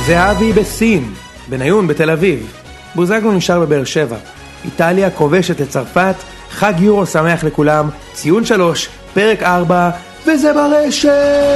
זהבי בסין, בניון בתל אביב, בוזגלו נשאר בבאר שבע, איטליה כובשת את צרפת, חג יורו שמח לכולם, ציון 3, פרק 4, וזה ברשת!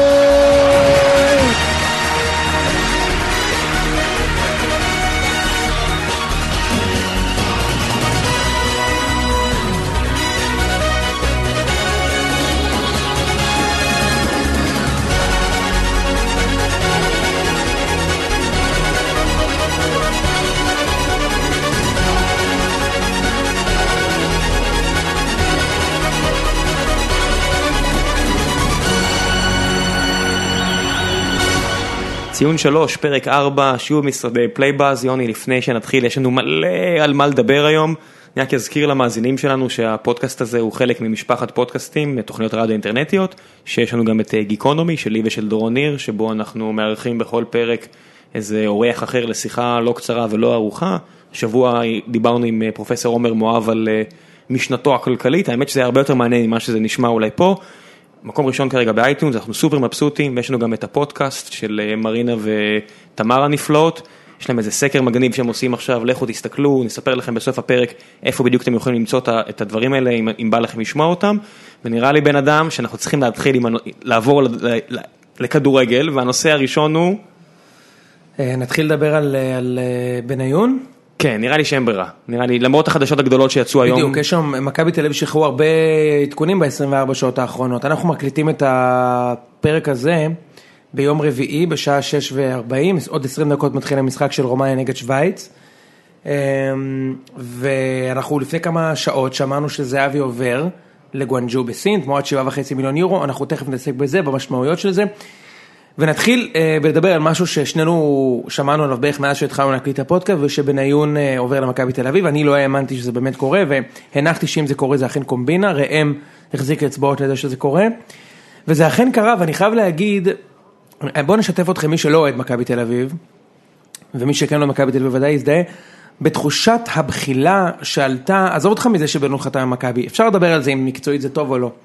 ציון 3, פרק 4, שוב משרדי פלייבאז. יוני, לפני שנתחיל, יש לנו מלא על מה לדבר היום. אני רק אזכיר למאזינים שלנו שהפודקאסט הזה הוא חלק ממשפחת פודקאסטים, תוכניות רדיו אינטרנטיות, שיש לנו גם את גיקונומי שלי ושל דורון ניר, שבו אנחנו מארחים בכל פרק איזה אורח אחר לשיחה לא קצרה ולא ארוכה. שבוע דיברנו עם פרופסור עומר מואב על משנתו הכלכלית, האמת שזה הרבה יותר מעניין ממה שזה נשמע אולי פה. מקום ראשון כרגע באייטונס, אנחנו סופר מבסוטים, ויש לנו גם את הפודקאסט של מרינה ותמר הנפלאות, יש להם איזה סקר מגניב שהם עושים עכשיו, לכו תסתכלו, נספר לכם בסוף הפרק איפה בדיוק אתם יכולים למצוא את הדברים האלה, אם בא לכם לשמוע אותם, ונראה לי בן אדם שאנחנו צריכים לעבור לכדורגל, והנושא הראשון הוא... נתחיל לדבר על בניון? כן, נראה לי שאין ברירה, נראה לי, למרות החדשות הגדולות שיצאו היום. בדיוק, יש שם, מכבי תל אביב שחררו הרבה עדכונים ב-24 שעות האחרונות. אנחנו מקליטים את הפרק הזה ביום רביעי בשעה 6:40, עוד 20 דקות מתחיל המשחק של רומניה נגד שוויץ, ואנחנו לפני כמה שעות שמענו שזהבי עובר לגואנג'ו בסין, תמורת 7.5 מיליון יורו, אנחנו תכף נעסק בזה, במשמעויות של זה. ונתחיל לדבר על משהו ששנינו שמענו עליו בערך מאז שהתחלנו להקליט הפודקאסט, ושבניון עובר למכבי תל אביב. אני לא האמנתי שזה באמת קורה, והנחתי שאם זה קורה זה אכן קומבינה, ראם החזיק אצבעות לזה שזה קורה, וזה אכן קרה. ואני חייב להגיד, בואו נשתף אתכם, מי שלא אוהד מכבי תל אביב, ומי שכן לא מכבי תל אביב ודאי יזדהה, בתחושת הבחילה שעלתה, עזוב אותך מזה שבניון חתם עם מכבי, אפשר לדבר על זה אם מקצועית זה טוב או לא.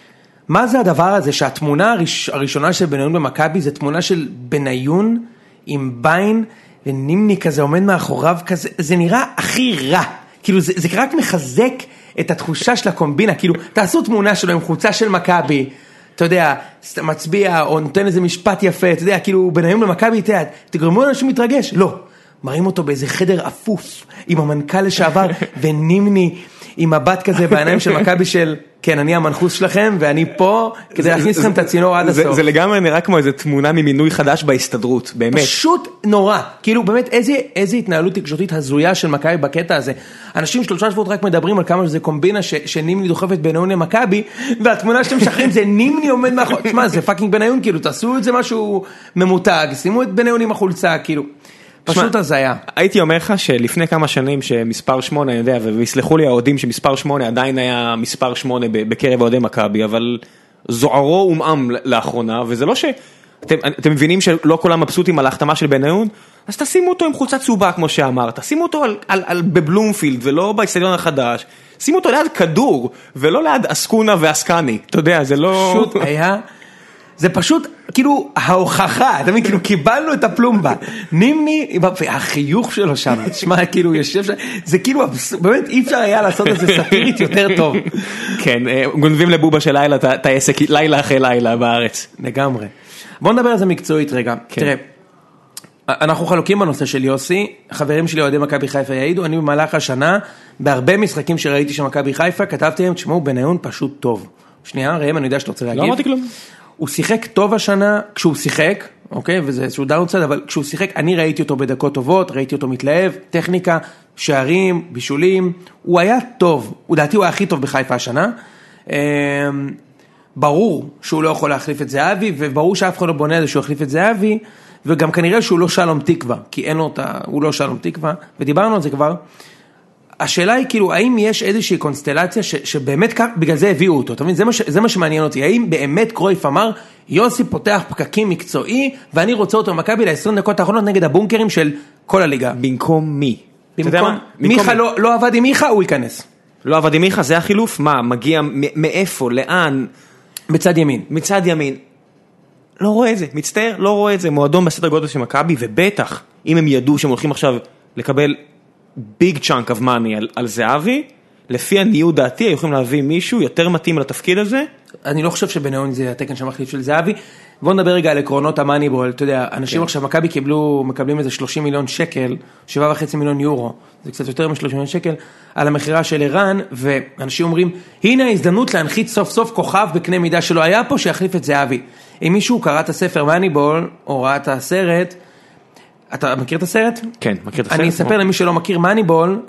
מה זה הדבר הזה שהתמונה הראשונה של בניון במכבי זה תמונה של בניון עם ביין ונימני כזה עומד מאחוריו כזה, זה נראה הכי רע, כאילו זה רק מחזק את התחושה של הקומבינה, כאילו תעשו תמונה שלו עם חולצה של מכבי, אתה יודע, מצביע או נותן איזה משפט יפה, אתה יודע, כאילו בניון במכבי, תגרמו לאנשים מתרגש, לא, מראים אותו באיזה חדר אפוף עם המנכ"ל לשעבר ונימני עם מבט כזה בעיניים של מכבי של, כן, אני המנחוס שלכם, ואני פה כדי להכניס לכם את הצינור עד הסוף. זה לגמרי נראה כמו איזו תמונה ממינוי חדש בהסתדרות, באמת. פשוט נורא. כאילו, באמת, איזה התנהלות תקשורתית הזויה של מכבי בקטע הזה. אנשים 3 שבועות רק מדברים על כמה שזה קומבינה שנימני דוחפת בניון למכבי, והתמונה שאתם משחררים זה נימני עומד מאחור. תשמע, זה פאקינג בניון, כאילו, תעשו את זה משהו ממותג, שימו את בניון עם החולצה, כאילו. פשוט הזיה. הייתי אומר לך שלפני כמה שנים שמספר 8, אני יודע, ויסלחו לי האוהדים שמספר 8 עדיין היה מספר 8 בקרב אוהדי מכבי, אבל זוהרו אומעם לאחרונה, וזה לא אתם מבינים שלא כולם מבסוטים על ההחתמה של בניון, אז תשימו אותו עם חולצה צהובה כמו שאמרת, תשימו אותו בבלומפילד ולא באצטדיון החדש, שימו אותו ליד כדור ולא ליד אסקונה ואסקני, אתה יודע, זה לא... פשוט היה... זה פשוט, כאילו, ההוכחה, אתה מבין, כאילו, קיבלנו את הפלומבה, נימני, החיוך שלו שם, תשמע, כאילו, יושב שם, זה כאילו, באמת, אי אפשר היה לעשות את זה סאטירית יותר טוב. כן, גונבים לבובה של לילה, את העסק, לילה אחרי לילה בארץ. לגמרי. בוא נדבר על זה מקצועית רגע. תראה, אנחנו חלוקים בנושא של יוסי, חברים שלי אוהדי מכבי חיפה יעידו, אני במהלך השנה, בהרבה משחקים שראיתי של מכבי חיפה, כתבתי להם, תשמעו, בניון פשוט טוב. שנייה, ראם, אני יודע שאתה רוצה להגיב. לא אמרתי כלום. הוא שיחק טוב השנה, כשהוא שיחק, אוקיי, וזה איזשהו דאונסייד, אבל כשהוא שיחק, אני ראיתי אותו בדקות טובות, ראיתי אותו מתלהב, טכניקה, שערים, בישולים, הוא היה טוב, לדעתי הוא היה הכי טוב בחיפה השנה, ברור שהוא לא יכול להחליף את זהבי, וברור שאף אחד לא בונה על זה שהוא יחליף את זהבי, וגם כנראה שהוא לא שלום תקווה, כי אין לו אותה, הוא לא שלום תקווה, ודיברנו על זה כבר, השאלה היא כאילו, האם יש איזושהי קונסטלציה שבאמת בגלל זה הביאו אותו, אתה מבין? זה מה שמעניין אותי, האם באמת קרויף אמר, יוסי פותח פקקים מקצועי, ואני רוצה אותו במכבי ל-20 דקות האחרונות נגד הבונקרים של כל הליגה. במקום מי? במקום, מיכה לא עבד עם מיכה, הוא ייכנס. לא עבד עם מיכה, זה החילוף? מה? מגיע מאיפה? לאן? מצד ימין. מצד ימין. לא רואה את זה, מצטער, לא רואה את זה, מועדון בסדר גודל של מכבי, ובטח, אם הם ידעו שהם הולכים עכשיו לקבל big chunk of money על זהבי, לפי הניעוד דעתי, היו יכולים להביא מישהו יותר מתאים לתפקיד הזה. אני לא חושב שבניון זה התקן שמחליף של זהבי. בואו נדבר רגע על עקרונות המאניבול. אתה יודע, אנשים עכשיו מכבי מקבלים איזה 30 מיליון שקל, 7.5 מיליון יורו, זה קצת יותר מ-30 מיליון שקל, על המחירה של ערן, ואנשים אומרים, הנה ההזדמנות להנחית סוף סוף כוכב בקנה מידה שלא היה פה, שיחליף את זהבי. אם מישהו קרא את הספר מאניבול, או ראה את הסרט, אתה מכיר את הסרט? כן, מכיר את הסרט. אני אספר למי שלא מכיר, מאניבול,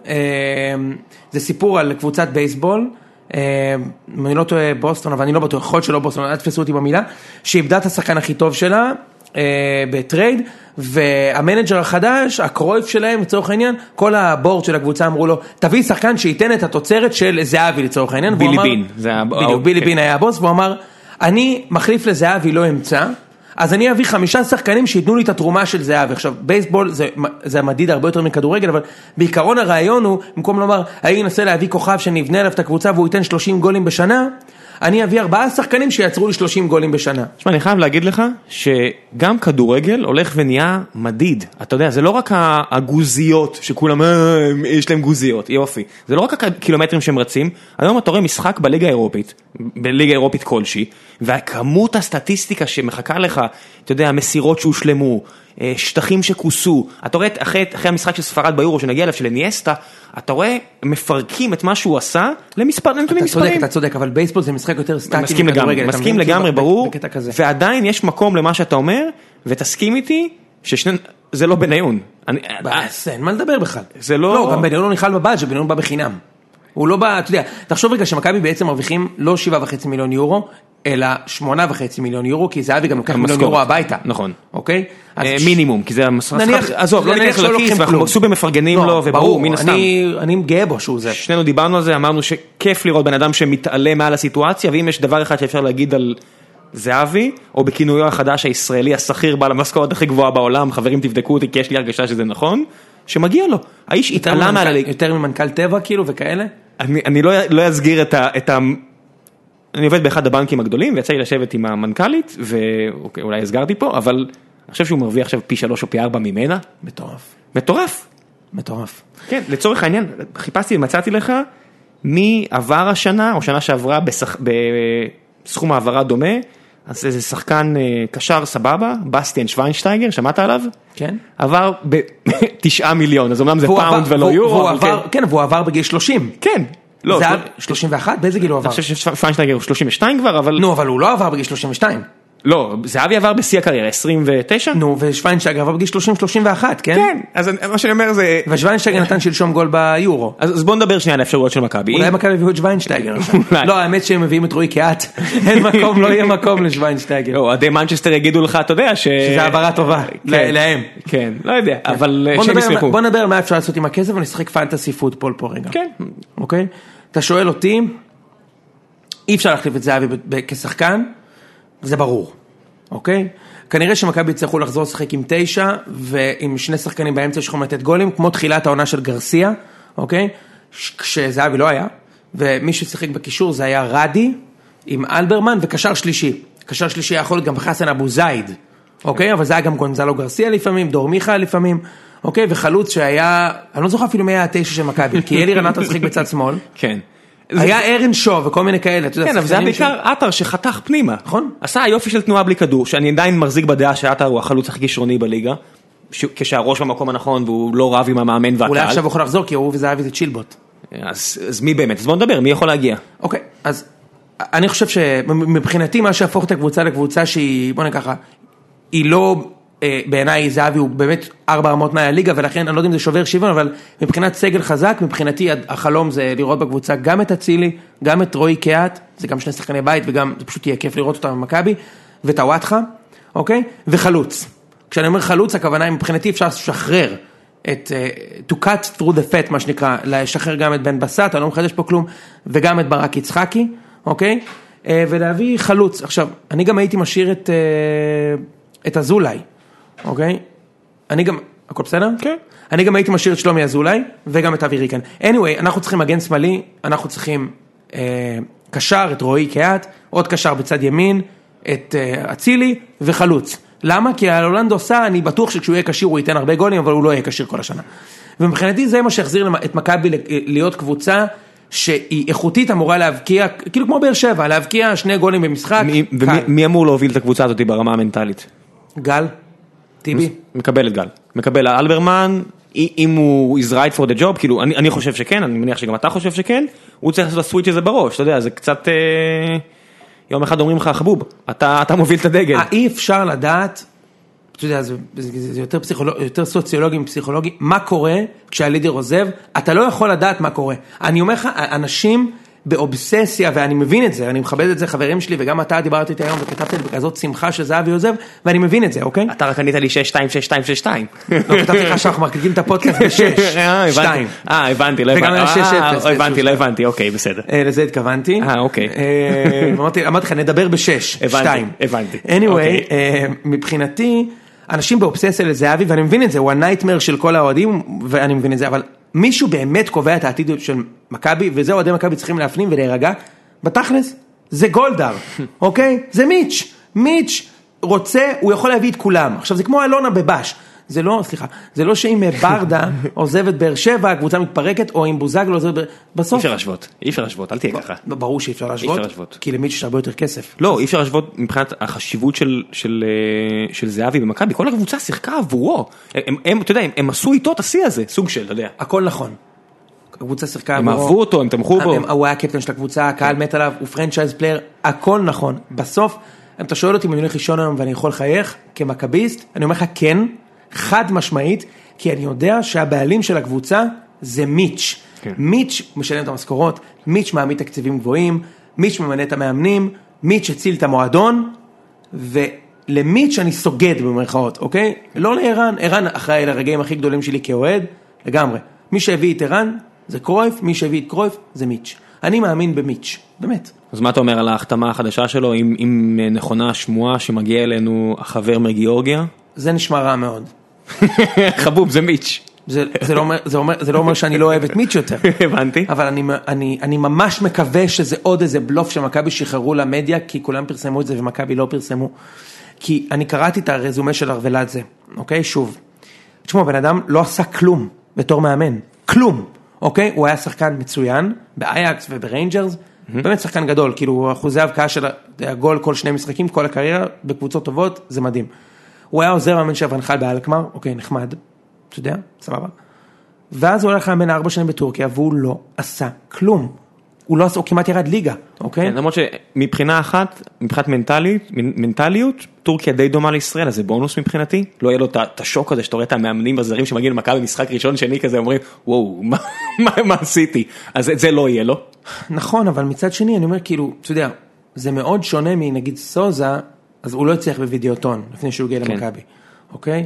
זה סיפור על קבוצת בייסבול, אני לא טועה בוסטון, אבל אני לא בטוח, יכול להיות שלא בוסטון, אל תפסו אותי במילה, שאיבדה את השחקן הכי טוב שלה, בטרייד, והמנג'ר החדש, הקרויף שלהם, לצורך העניין, כל הבורד של הקבוצה אמרו לו, תביא שחקן שייתן את התוצרת של זהבי, לצורך העניין. בילי בין. בילי בין היה הבוס, והוא אמר, אני מחליף לזהבי, לא אמצא, אז אני אביא 5 שחקנים שיתנו לי את התרומה של זהבי. עכשיו, בייסבול זה מדיד הרבה יותר מכדורגל, אבל בעיקרון הרעיון הוא, במקום לומר, אני אנסה להביא כוכב שנבנה עליו את הקבוצה והוא ייתן 30 גולים בשנה, אני אביא 4 שחקנים שיצרו לי 30 גולים בשנה. תשמע, אני חייב להגיד לך שגם כדורגל הולך ונהיה מדיד. אתה יודע, זה לא רק הגוזיות שכולם, יש להם גוזיות, יופי. זה לא רק הקילומטרים שהם רצים. היום אתה רואה משחק בליגה האירופית, בליגה האירופית כלשהי, והכמות הסטטיסטיקה שמחכה לך, אתה יודע, המסירות שהושלמו, שטחים שכוסו, אתה רואה אחרי המשחק של ספרד ביורו שנגיע אליו של אניאסטה, אתה רואה מפרקים את מה שהוא עשה לנתונים מספרים. אתה צודק, אבל בייסבול זה משחק יותר סטטי. מסכים לגמרי, ברור, ועדיין יש מקום למה שאתה אומר, ותסכים איתי שזה לא בניון. אין מה לדבר בכלל. זה לא... גם בניון לא נכלל בבאג', בניון בא בחינם. הוא לא בא, אתה יודע, תחשוב רגע שמכבי בעצם מרוויחים לא 7.5 מיליון יורו, אלא 8.5 מיליון יורו, כי זהבי גם לוקח מיליון יורו הביתה. נכון. אוקיי? מינימום, כי זה המשחק, עזוב, לא ניקח לכיס, ואנחנו סובר מפרגנים לו, וברור, מן הסתם. אני גאה בו שהוא זה. שנינו דיברנו על זה, אמרנו שכיף לראות בן אדם שמתעלה מעל הסיטואציה, ואם יש דבר אחד שאפשר להגיד על זהבי, או בכינויו החדש הישראלי, השכיר בעל המשכורת הכי גבוהה בעולם, חברים תבדקו אותי, כי יש לי הרגשה שזה נכון, שמגיע לו. האיש התעלה מעל הליגה. יותר ממנכ"ל טבע כאילו וכאלה? אני לא אסגיר את אני עובד באחד הבנקים הגדולים, ויצא לי לשבת עם המנכ"לית, ואולי הסגרתי פה, אבל אני חושב שהוא מרוויח עכשיו פי 3 או פי 4 ממנה. מטורף. כן, לצורך העניין, חיפשתי ומצאתי לך, מי עבר השנה, או שנה שעברה, בסכום העברה דומה, אז איזה שחקן קשר סבבה, בסטיאן שוויינשטייגר, שמעת עליו? כן. עבר ב9 מיליון, אז אומנם זה פאונד ולא יורו. כן, והוא עבר בגיל 30. כן. זה 31? באיזה גיל הוא עבר? אני חושב שפייינשטייגר הוא 32 כבר, אבל... נו, אבל הוא לא עבר בגיל 32. לא, זהבי עבר בשיא הקריירה, 29? נו, ושוויינשטייגר עבר בגיל 30-31, כן? כן, אז מה שאני אומר זה... ושוויינשטייגר נתן שלשום גול ביורו. אז בוא נדבר שנייה על האפשרויות של מכבי. אולי מכבי הביאו את שוויינשטייגר. לא, האמת שהם מביאים את רועי קיאט. אין מקום, לא יהיה מקום לשוויינשטייגר. לא, עדי מנצ'סטר יגידו לך, אתה יודע, שזה העברה טובה, להם. כן, לא יודע, אבל... בוא נדבר על מה אפשר לעשות עם הכסף, ונשחק פנטסי פוטבול פה רגע. כן. אוקיי? אתה שואל אותי, אי אפשר להחליף את זהבי כשחקן, זה ברור. אוקיי? כנראה שמכבי יצטרכו לחזור לשחק עם 9, ועם 2 שחקנים באמצע שיכולים לתת גולים, כמו תחילת העונה של גרסיה, אוקיי? כשזהבי לא היה, ומי ששיחק בקישור זה היה רדי, עם אלברמן, וקשר שלישי. קשר שלישי היה יכול להיות גם חסן אבו זייד, אוקיי? אבל זה היה גם גונזלו גרסיה לפעמים, דור מיכה לפעמים, אוקיי? וחלוץ שהיה, אני לא זוכר אפילו מי היה 9 של מכבי, כי אלי רנטה שחק בצד שמאל. כן. היה ארן שו וכל מיני כאלה. כן, אבל זה היה בעיקר עטר שחתך פנימה. נכון. עשה היופי של תנועה בלי כדור, שאני עדיין מחזיק בדעה שעטר הוא החלוץ הכי כישרוני בליגה, כשהראש במקום הנכון והוא לא רב עם המאמן והקהל. אולי עכשיו הוא יכול לחזור כי הוא וזהבי זה צ'ילבוט. אז מי באמת? אז בוא נדבר, מי יכול להגיע? אוקיי, אז אני חושב שמבחינתי מה שהפוך את הקבוצה לקבוצה שהיא, בוא נקחה, היא לא... בעיניי זהבי הוא באמת 4 רמות מעל הליגה, ולכן אני לא יודע אם זה שובר שוויון, אבל מבחינת סגל חזק, מבחינתי החלום זה לראות בקבוצה גם את אצילי, גם את רועי קיאט, זה גם 2 שחקני בית, וגם זה פשוט יהיה כיף לראות אותם במכבי, ואת הוואטחה, אוקיי? וחלוץ. כשאני אומר חלוץ, הכוונה היא מבחינתי אפשר לשחרר את, to cut through the fat, מה שנקרא, לשחרר גם את בן בסט, אני לא מחדש פה כלום, וגם את ברק יצחקי, אוקיי? ולהביא חלוץ. עכשיו, אני גם הייתי משאיר את אזולאי, אוקיי? אני גם, הכל בסדר? כן. אני גם הייתי משאיר את שלומי אזולאי, וגם את אבי ריקן. anyway, אנחנו צריכים מגן שמאלי, אנחנו צריכים קשר, את רועי קיאט, עוד קשר בצד ימין, את אצילי וחלוץ. למה? כי הולנד עושה, אני בטוח שכשהוא יהיה קשיר הוא ייתן הרבה גולים, אבל הוא לא יהיה קשיר כל השנה. ומבחינתי זה מה שיחזיר את מכבי להיות קבוצה שהיא איכותית אמורה להבקיע, כאילו כמו באר שבע, להבקיע 2 גולים במשחק. ומי אמור להוביל את הקבוצה הזאת ברמה המנטלית? גל, טיבי. מקבל את גל. מקבל אלברמן, אם הוא is right for the job, כאילו אני חושב שכן, אני מניח שגם אתה חושב שכן, הוא צריך לעשות הסוויץ' הזה בראש, אתה יודע, זה קצת, יום אחד אומרים לך, חבוב, אתה מוביל את הדגל. אי אפשר לדעת, אתה יודע, זה יותר סוציולוגי מפסיכולוגי, מה קורה כשהלידר עוזב, אתה לא יכול לדעת מה קורה. אני אומר לך, אנשים באובססיה, ואני מבין את זה, אני מכבד את זה, חברים שלי, וגם אתה דיברתי איתי היום, וכתבתי לי בכזאת שמחה שזהבי עוזב, ואני מבין את זה, אוקיי? אתה רק ענית לי 6-2-6-2-6-2. לא, כתבתי לך שאנחנו מקליטים את הפודקאסט ב-6-2. הבנתי, לא הבנתי, אוקיי, בסדר. לזה התכוונתי. אוקיי. אמרתי לך, נדבר ב-6-2. הבנתי. anyway, מבחינתי, אנשים באובססיה לזהבי, ואני מבין את זה, הוא הנייטמר של כל האוהדים, ואני מבין את זה, אבל מישהו באמת קובע את העתיד של מכבי, וזה אוהדי מכבי צריכים להפנים ולהירגע, בתכלס, זה גולדהר, אוקיי? זה מיץ' רוצה, הוא יכול להביא את כולם. עכשיו, זה כמו אלונה בבש, זה לא שאם ברדה עוזבת באר שבע, הקבוצה מתפרקת, או אם בוזגלו עוזבת, בסוף... אי אפשר להשוות, אל תהיה ככה. ברור שאי אפשר להשוות, כי למיץ' יש הרבה יותר כסף. לא, אי אפשר להשוות מבחינת החשיבות של זהבי במכבי, כל הקבוצה שיחקה עבורו. אתה יודע, הם עשו איתו את השיא הזה, סוג של, אתה יודע. הכל נכון. הקבוצה שיחקה עבורו. הם אהבו אותו, הם תמכו בו. הוא היה הקפטן של הקבוצה, הקהל מת עליו, הוא פרנצ'ייז פלייר, הכל נכון. בסוף, אם אתה שואל אותי אם אני הולך לישון היום ואני יכול לחייך כמכביסט, אני אומר לך כן, חד משמעית, כי אני יודע שהבעלים של הקבוצה זה מיץ'. מיץ' משלם את המשכורות, מיץ' מעמיד תקציבים גבוהים, מיץ' ממנה את המאמנים, מיץ' הציל את המועדון, ולמיץ' אני סוגד במרכאות, אוקיי? לא לערן, ערן אחראי לרגעים הכי גדולים שלי כאוהד, לגמרי. מי שהביא את ערן זה קרויף, מי שהביא את קרויף זה מיץ'. אני מאמין במיץ', באמת. אז מה אתה אומר על ההחתמה החדשה שלו, אם נכונה שמועה שמגיע אלינו החבר מגיאורגיה? זה נשמע רע מאוד. חבוב, זה מיץ'. זה לא אומר שאני לא אוהב את מיץ' יותר. הבנתי. אבל אני ממש מקווה שזה עוד איזה בלוף שמכבי שחררו למדיה, כי כולם פרסמו את זה ומכבי לא פרסמו. כי אני קראתי את הרזומה של ארוולאדזה, אוקיי? שוב. תשמעו, בן אדם לא עשה כלום בתור מאמן. כלום. אוקיי? הוא היה שחקן מצוין, באייקס ובריינג'רס, באמת שחקן גדול, כאילו אחוזי הבקעה של הגול כל 2 משחקים, כל הקריירה, בקבוצות טובות, זה מדהים. הוא היה עוזר מאמן של ונחל באלקמר, אוקיי, נחמד, אתה יודע, סבבה. ואז הוא הולך לאמן 4 שנים בטורקיה, והוא לא עשה כלום. הוא כמעט ירד ליגה, אוקיי? למרות שמבחינה אחת, מבחינת מנטליות, טורקיה די דומה לישראל, אז זה בונוס מבחינתי. לא יהיה לו את השוק הזה, שאתה רואה את המאמנים בזרים שמגיעים למכבי במשחק ראשון שני כזה, אומרים, וואו, מה עשיתי? אז את זה לא יהיה לו. נכון, אבל מצד שני, אני אומר, כאילו, אתה יודע, זה מאוד שונה מנגיד סוזה, אז הוא לא הצליח בווידאוטון, לפני שהוא הגיע למכבי, אוקיי?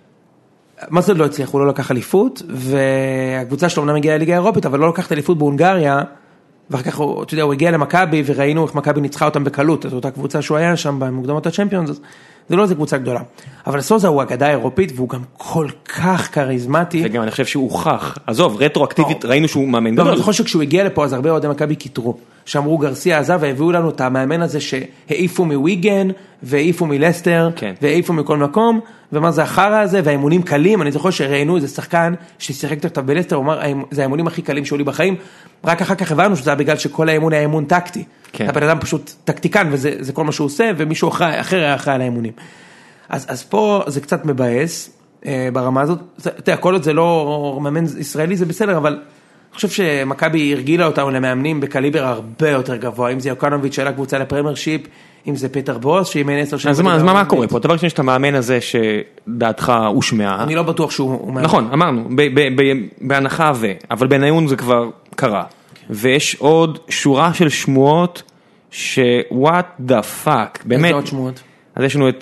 מה זה לא הצליח? הוא לא לקח אליפות, והקבוצה שלו אמנם הגיעה לליגה האירופית, אבל לא לקח אליפות בהונגריה, ואחר כך אתה יודע, הוא הגיע למכבי, וראינו איך מכבי ניצחה אותם בקלות, את אותה קבוצה שהוא היה שם במוקדמות הצ'מפיונס, זה לא איזה קבוצה גדולה. אבל סוזה הוא אגדה אירופית, והוא גם כל כך כריזמטי. וגם אני חושב שהוא הוכח. עזוב, רטרואקטיבית, ראינו שהוא מאמן גדול. לא, אני חושב שכשהוא הגיע לפה, אז הרבה אוהדי מכבי קיטרו. שאמרו גרסיה עזב, והביאו לנו את המאמן הזה שהעיפו מוויגן, והעיפו מלסטר, והעיפו מכל מקום, ומה זה החרא הזה, והאימונים קלים. אני זוכר שראינו איזה שחקן ששיחק תחתיו בלסטר, הוא אמר, זה האימונים הכי קלים שהיו לי בחיים. רק אחר כך הבנו שזה היה בגלל שכל האימון היה אימון טקטי. הבן אדם פשוט טקטיקן, וזה כל מה שהוא עושה, ומישהו אחר היה אחראי על האימונים. אז פה זה קצת מבאס ברמה הזאת. אתה יודע, כל עוד זה לא מאמן ישראלי, זה בסדר, אבל אני חושב שמכבי הרגילה אותנו למאמנים בקליבר הרבה יותר גבוה, אם זה יוקנוביץ' שאלה קבוצה לפרמיירשיפ, אם זה פיטר בוס, שאימן 10 שנים. אז מה קורה פה? דבר ראשון שאתה מאמן הזה שדעתך הושמעה. אני לא בטוח שהוא מאמן. נכון, אמרנו, בהנחה אבל בניון זה כבר קרה. ויש עוד שורה של שמועות what the fuck, באמת. איזה עוד שמועות? אז יש לנו את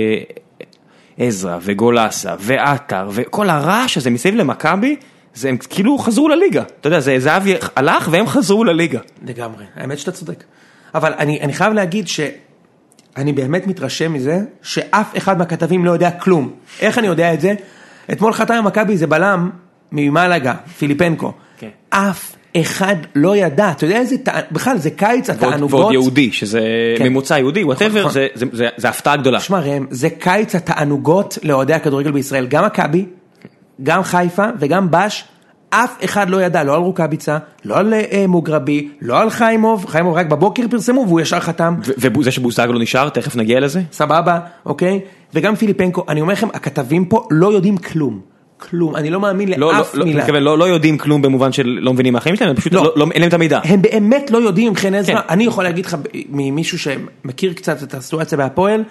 עזרא וגולסה ואתר וכל הרעש הזה מסביב למכבי, הם כאילו חזרו לליגה. אתה יודע, זהבי הלך והם חזרו לליגה. לגמרי, האמת שאתה צודק. אבל אני חייב להגיד שאני באמת מתרשם מזה שאף אחד מהכתבים לא יודע כלום. איך אני יודע את זה? אתמול חתם מכבי זה בלם ממלגה, פיליפנקו. אף אחד לא ידע, אתה יודע איזה, בכלל זה קיץ התענוגות. ועוד יהודי, שזה ממוצע יהודי, whatever, זה הפתעה גדולה. שמע ראם, זה קיץ התענוגות לאוהדי הכדורגל בישראל, גם מכבי, גם חיפה וגם בש, אף אחד לא ידע, לא על רוקאביצה, לא על מוגרבי, לא על חיימוב, חיימוב רק בבוקר פרסמו והוא ישר חתם. וזה שבוזגלו נשאר, תכף נגיע לזה. סבבה, אוקיי? וגם פיליפנקו, אני אומר לכם, הכתבים פה לא יודעים כלום. כלום, אני לא מאמין לאף מילה. לא יודעים כלום במובן של לא מבינים מהחיים שלהם, הם פשוט אין להם את המידע. הם באמת לא יודעים, חן עזרא, אני יכול להגיד לך ממישהו שמכיר קצת את הסיטואציה בהפועל,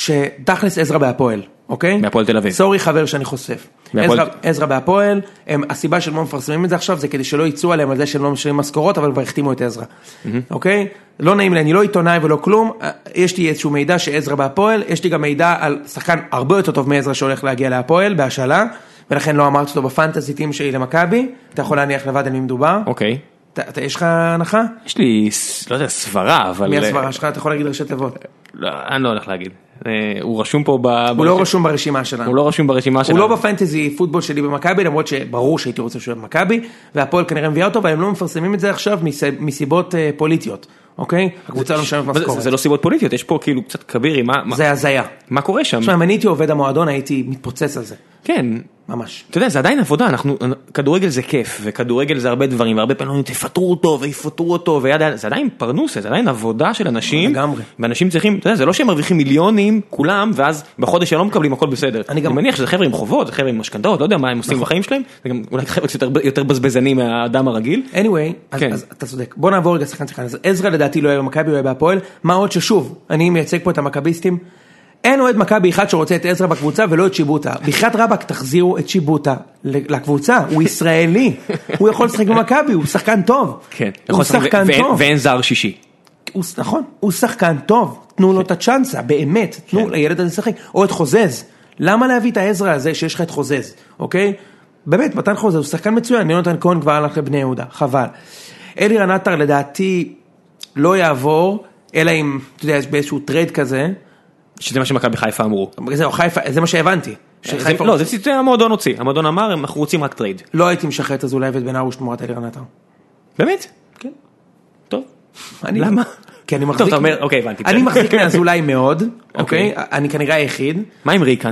שתכלס עזרא בהפועל, אוקיי? בהפועל תל אביב. סורי חבר שאני חושף. עזרא בהפועל, הסיבה של מה מפרסמים את זה עכשיו, זה כדי שלא ייצאו עליהם על זה שהם לא משלמים משכורות, אבל כבר החתימו את עזרא, אוקיי? לא נעים לי, אני לא עיתונאי ולא כלום, יש לי איזשהו מידע שעזרא בהפועל, יש לי גם מידע על שחקן הרבה יותר טוב מעזרא שהולך להגיע להפועל, בהשאלה, ולכן לא אמרתי אותו בפנטזיטים שלי למכבי, אתה יכול להניח לבד על מי מדובר. אוקיי. יש לך הנחה? יש לי, לא יודע, סברה, אבל... מי הסברה שלך? אתה יכול להגיד ראשי תיבות. לא, אני לא הולך להגיד. הוא רשום פה הוא לא רשום ברשימה שלנו. הוא לא רשום ברשימה שלנו. הוא לא בפנטזי פוטבול שלי במכבי, למרות שברור שהייתי רוצה שהוא במכבי, והפועל כנראה מביאה אותו, והם לא מפרסמים את זה עכשיו מסיבות פוליטיות. אוקיי? הקבוצה לא משלמת משכורת. זה לא סיבות פוליטיות, יש פה כאילו קצת כבירי, זה הזיה. מה קורה שם? עכשיו, אם אני הייתי עובד המועדון, הייתי מתפוצץ על זה. כן. ממש. אתה יודע, זה עדיין עבודה, כדורגל זה כיף, וכדורגל זה הרבה דברים, והרבה פעמים תפטרו אותו, ויפטרו אותו, זה עדיין פרנוסה, זה עדיין עבודה של אנשים, ואנשים צריכים, אתה יודע, זה לא שהם מרוויחים מיליונים, כולם, ואז בחודש הם לא מקבלים, הכל בסדר. אני מניח שזה חבר'ה עם חובות, זה חבר'ה עם משכנתאות, לא יודע מה הם עושים בחיים שלהם, זה גם אולי חבר'ה יותר בזבזנים מהאדם הרגיל. anyway, אז אתה צודק. בוא נעבור רגע שחקן. אז עזרא לדעתי לא יהיה במכבי, הוא יהיה בהפועל. מה עוד ששוב, אני מייצג פה את המכביסטים. אין אוהד מכבי אחד שרוצה את עזרא בקבוצה ולא את שיבוטה. בחייאת רבאק תחזירו את שיבוטה לקבוצה, הוא ישראלי. הוא יכול לשחק במכבי, הוא שחקן טוב. כן. הוא שחקן טוב. ואין זר שישי. נכון, הוא שחקן טוב. תנו לו את הצ'אנסה, באמת. תנו לילד הזה לשחק. או את חוזז. למה להביא את העזרא הזה שיש לך את חוזז? אוקיי? באמת, מתן חוזז הוא שחקן מצוין. יונתן כהן כבר הלך לבני יהודה. חבל. אלירן עטר לדעתי לא יעבור, אלא אם, אתה יודע, יש באיזשהו טרייד כזה. שזה מה שמכבי חיפה אמרו. זהו, חיפה, זה מה שהבנתי. לא, זה ציטוטי המועדון הוציא. המועדון אמר, אנחנו רוצים רק טרייד. לא הייתי משחרר אז אולי ואת בן ארוש תמורת אלירן עטר. באמת? כן. טוב. למה? כי אני מחזיק... טוב, אתה אומר, אוקיי, הבנתי. אני מחזיק מאזולאי מאוד, אוקיי? אני כנראה היחיד. מה עם ריקן?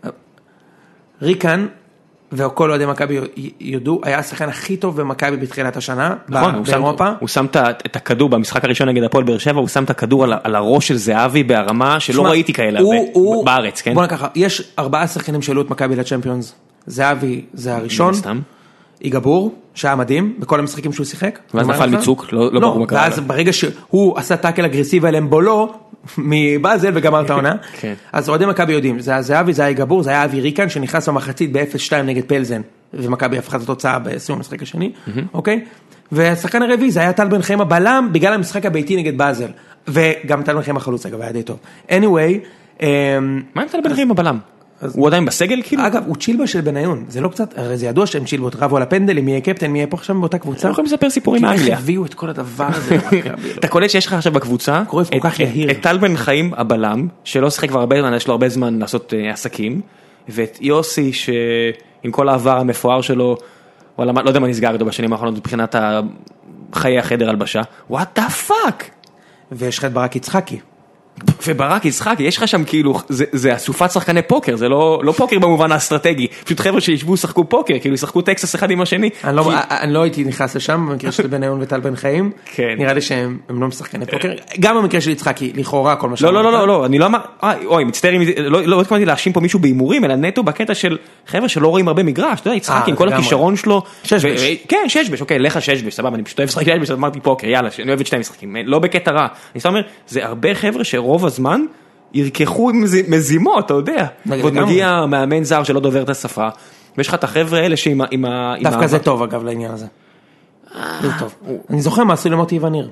ריקן, וכל אוהדי מכבי יודו, היה השחקן הכי טוב במכבי בתחילת השנה, באירופה. הוא שם את הכדור במשחק הראשון נגד הפועל באר שבע, הוא שם את הכדור על הראש של זהבי בהרמה שלא ראיתי כאלה בארץ, כן? בוא נקחה, יש 4 שחקנים שעלו את מכבי לצ'מפיונס, זהבי זה הראשון, איגבור, שהיה מדהים, בכל המשחקים שהוא שיחק. ואז נפל מצוק, לא ברור מה קרה. ואז ברגע שהוא עשה טאקל אגרסיבי על אמבולו, מבאזל וגמר את העונה, אז אוהדי מכבי יודעים, זה היה זהבי, זה היה איגבור, זה היה אבי ריקן שנכנס במחצית ב-0-2 נגד פלזן, ומכבי הפכה את התוצאה בסיום המשחק השני, אוקיי? והשחקן הרביעי זה היה טל בן חיים הבלם, בגלל המשחק הביתי נגד באזל, וגם טל בן חיים החלוץ, אגב, היה די טוב. anyway, מה עם טל בן חיים הבלם? הוא עדיין בסגל כאילו? אגב, הוא צ'ילבה של בניון, זה לא קצת, הרי זה ידוע שהם צ'ילבות, רבו על הפנדלים, מי יהיה קפטן, מי יהיה פה עכשיו באותה קבוצה. לא יכולים לספר סיפורים מאנגליה. הביאו את כל הדבר הזה. אתה קולט שיש לך עכשיו בקבוצה, את טל בן חיים הבלם, שלא שחק כבר הרבה זמן, יש לו הרבה זמן לעשות עסקים, ואת יוסי שעם כל העבר המפואר שלו, לא יודע מה נסגר אותו בשנים האחרונות, מבחינת חיי החדר הלבשה, what the fuck? ויש לך את ברק יצחקי. וברק יצחקי, יש לך שם כאילו, זה אסופת שחקני פוקר, זה לא פוקר במובן האסטרטגי, פשוט חבר'ה שישבו שחקו פוקר, כאילו ישחקו טקסס אחד עם השני. אני לא הייתי נכנס לשם, במקרה של בניון וטל בן חיים, נראה לי שהם לא משחקני פוקר, גם במקרה של יצחקי, לכאורה כל מה שאתה אומר. לא, אני לא אמר, אוי, מצטער, לא התכוונתי להאשים פה מישהו בהימורים, אלא נטו בקטע של חבר'ה שלא רואים הרבה מגרש, אתה יודע, יצחקי עם כל הכישרון שלו. כן, ששבש, אוקיי, לך ששבש, סבבה, אני פשוט אוהב לשחק ששבש, אז אמרתי פוקר, יאללה, אני אוהב את שני משחקים, לא בקטע רע. אני אומר, זה הרבה חבר'ה שרוב הזמן ירקחו עם מזימות, אתה יודע. ועוד מגיע מאמן זר שלא דובר את השפה, ויש לך את החבר'ה האלה שעם דווקא זה טוב אגב לעניין הזה. זה טוב. אני זוכר מה עשו למוטי וניר.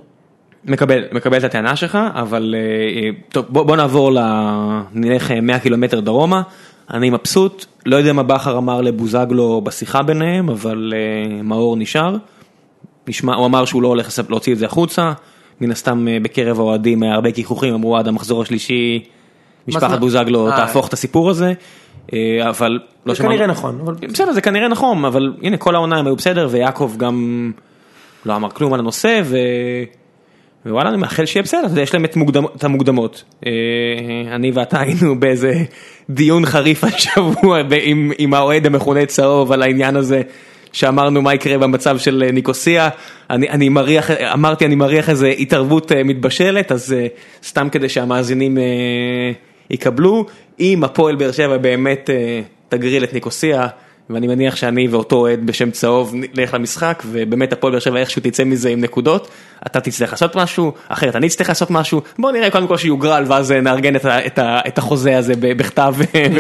מקבל את הטענה שלך, אבל טוב, בוא נעבור נלך 100 קילומטר דרומה. אני מבסוט, לא יודע מה בכר אמר לבוזגלו בשיחה ביניהם, אבל מאור נשאר. הוא אמר שהוא לא הולך להוציא את זה החוצה, מן הסתם בקרב האוהדים הרבה כיכוכים, אמרו עד המחזור השלישי, משפחת בוזגלו תהפוך את הסיפור הזה, אבל זה כנראה נכון. בסדר, זה כנראה נכון, אבל הנה כל העונה הם היו בסדר, ויעקב גם לא אמר כלום על הנושא, ווואלה, אני מאחל שיהיה בסדר, יש להם את המוקדמות. אני ואתה היינו באיזה דיון חריף השבוע, עם האוהד המכונה צהוב על העניין הזה, שאמרנו מה יקרה במצב של ניקוסיה, אני מריח איזו התערבות מתבשלת, אז סתם כדי שהמאזינים יקבלו, אם הפועל באר שבע באמת תגריל את ניקוסיה, ואני מניח שאני ואותו אוהד בשם צהוב נלך למשחק, ובאמת הפועל באר שבע איכשהו תצא מזה עם נקודות, אתה תצטרך לעשות משהו, אחרת אני אצטרך לעשות משהו, בוא נראה קודם כל שיוגרל, ואז נארגן את החוזה הזה בכתב.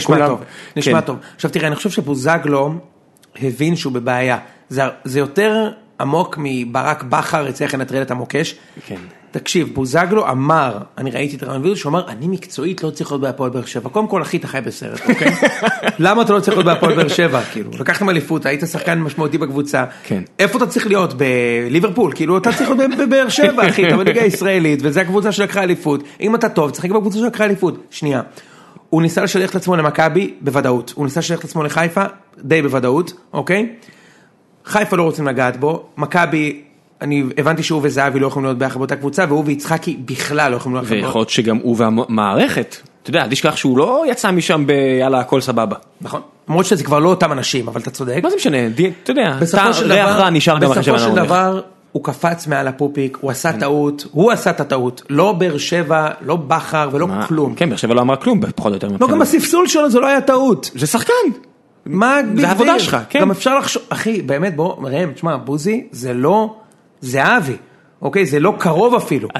נשמע טוב. עכשיו תראה, אני חושב שבוזגלו הבין שהוא בבעיה, זה יותר עמוק מברק בכר הצליח לנטרל את המוקש. כן. תקשיב, בוזגלו אמר, אני ראיתי את הרעיון וידאו, שהוא אמר, אני מקצועית לא צריך להיות בהפועל באר שבע. קודם כל, אחי, אתה חי בסרט, אוקיי? למה אתה לא צריך להיות בהפועל באר שבע? כאילו, לקחתם אליפות, היית שחקן משמעותי בקבוצה. כן. איפה אתה צריך להיות? בליברפול, כאילו, אתה צריך להיות בבאר שבע, אחי, אתה בליגה הישראלית, וזו הקבוצה שלקחה אליפות. אם אתה טוב, צריך להיות בקבוצה שלקחה אליפות. שנייה. הוא ניסה לשלח את עצמו למכבי בוודאות. הוא ניסה לשלח את עצמו לחיפה די בוודאות, אוקיי? חיפה לא רוצים לגעת בו. מכבי, אני הבנתי שהוא וזהבי לא יכולים להיות ביחד באותה קבוצה, והוא ויצחקי בכלל לא יכולים להיות ביחד. ויכול להיות שגם הוא והמערכת, אתה יודע, תשכח שהוא לא יצא משם ביאללה, הכל סבבה. נכון. למרות שזה כבר לא אותם אנשים, אבל אתה צודק. מה זה משנה? אתה יודע, ריח רע נשאר גם אחרי בסופו של דבר, הוא קפץ מעל הפופיק, הוא עשה טעות, הוא עשה את הטעות. לא באר שבע, לא בכר ולא כלום. כן, באר שבע לא אמר כלום, פחות או יותר. לא, גם הספסול שלו זה לא היה טעות. זה שחקן. מה? זה העבודה שלך, כן. גם אפשר לחשוב, אחי, באמת, בוא, ראם, תשמע, בוזי, זה לא, זה אבי, אוקיי? זה לא קרוב אפילו.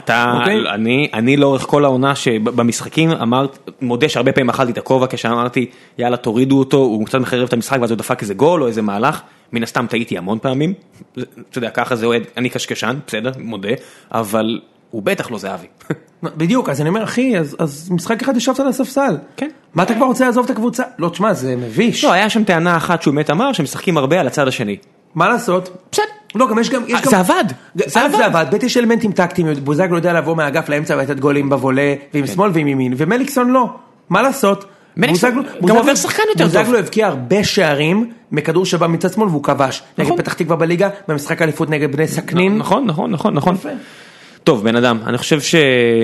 אני לאורך כל העונה שבמשחקים מודה שהרבה פעמים אכלתי את הכובע כשאמרתי, יאללה, תורידו אותו, הוא קצת מחרב את המשחק, ואז הוא דפק איזה גול או איזה מהלך, מן הסתם טעיתי המון פעמים, אתה יודע, ככה זה אוהד, אני קשקשן, בסדר, מודה, אבל הוא בטח לא זה אבי. בדיוק, אז אני אומר, אחי, אז משחק אחד ישבת על הספסל. כן. מה אתה כבר רוצה לעזוב את הקבוצה? לא, תשמע, זה מביש. לא, היה שם טענה אחת שהוא באמת אמר, שמשחקים הרבה על הצד השני. מה לעשות? בסדר. לא, גם יש גם... זה עבד. זה עבד. בית יש אלמנטים טקטיים, בוזגלו יודע לבוא מהאגף לאמצע ולתת גולים בבולה, ועם שמאל ועם ימין, ומליקסון לא. מה לעשות? גם עובר שחקן יותר טוב. בוזגלו הבקיע הרבה שערים מכדור שבא מצד שמאל והוא כבש. נגד פתח תקווה בליגה, במשחק האליפות נגד בני סכנין. נכון. טוב, בן אדם, אני חושב ש...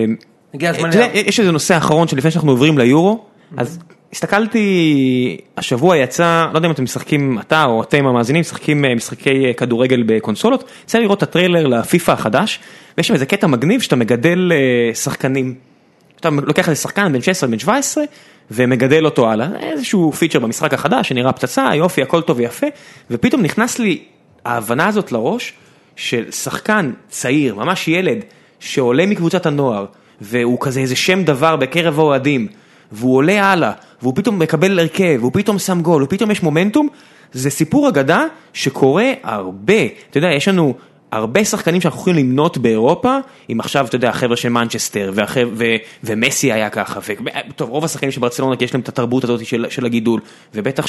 יש איזה נושא אחרון שלפני שאנחנו עוברים ליורו, אז הסתכלתי, השבוע יצא, לא יודע אם אתם משחקים, אתה או אתם המאזינים, משחקים משחקי כדורגל בקונסולות, צריך לראות את הטריילר לפיפה החדש, ויש שם איזה קטע מגניב שאתה מגדל שחקנים, אתה לוקח איזה שחקן בין 16 בין 17, ומגדל אותו הלאה, איזשהו פיצ'ר במשחק החדש, שנראה פצצה, יופי, הכל טוב ויפה, ופתאום נכנס לי ההבנה הזאת לראש, של שחקן צעיר, ממש ילד, שעולה מקבוצת הנוער, והוא כזה איזה שם דבר בקרב האוהדים, והוא עולה הלאה, והוא פתאום מקבל הרכב, והוא פתאום שם גול, ופתאום יש מומנטום, זה סיפור אגדה שקורה הרבה. אתה יודע, יש לנו הרבה שחקנים שאנחנו יכולים למנות באירופה, אם עכשיו, אתה יודע, החבר'ה של מנצ'סטר, ומסי היה ככה, טוב, רוב השחקנים של ברצלונה, יש להם את התרבות הזאת של הגידול, ובטח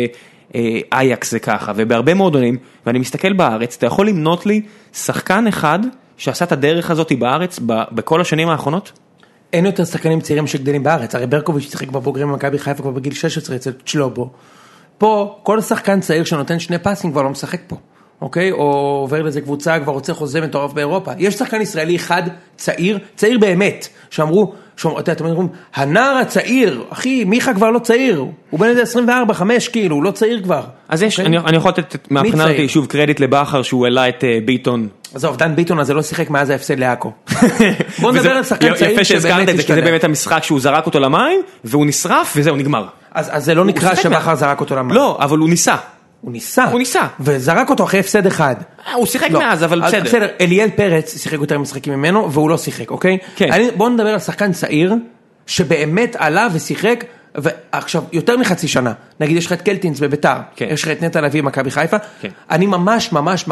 שבאייקס זה ככה, ובהרבה מועדונים, ואני מסתכל בארץ, אתה יכול למנות לי שחקן אחד, שעשה את הדרך הזאת בארץ, בכל השנים האחרונות? אין יותר שחקנים צעירים שגדלים בארץ, הרי ברקוביץ' ששיחק בבוגרים במכבי חיפה כבר בגיל 16 אצל צ'לובו. פה, כל שחקן צעיר שנותן 2 פסים כבר לא משחק פה, אוקיי? או עובר לזה קבוצה, כבר רוצה חוזה מטורף באירופה. יש שחקן ישראלי אחד צעיר באמת, שאמרו, אתם אומרים, הנער הצעיר, אחי, מיכה כבר לא צעיר, הוא בן איזה 24, 5 כאילו, הוא לא צעיר כבר. אז יש, אני יכול לתת מהבחינה אותי שוב קרדיט לבחר שהוא העלה את ביטון. עזוב, דן ביטון הזה לא שיחק מאז ההפסד לעכו. בוא נדבר על שחקן צעיר יפה שהזכרת את זה, כי זה באמת המשחק שהוא זרק אותו למים, והוא נשרף וזהו, נגמר. אז זה לא נקרא שבחר זרק אותו למים. לא, אבל הוא ניסה. הוא ניסה. וזרק אותו אחרי הפסד אחד. הוא שיחק מאז, אבל בסדר. בסדר, אליאל פרץ שיחק יותר משחקים ממנו, והוא לא שיחק, אוקיי? בוא נדבר על שחקן צעיר, שבאמת עלה ושיחק, ועכשיו, יותר מחצי שנה, נגיד יש לך את קלטינס בביתר, יש לך את נטע לביא מכבי חיפה, אני ממש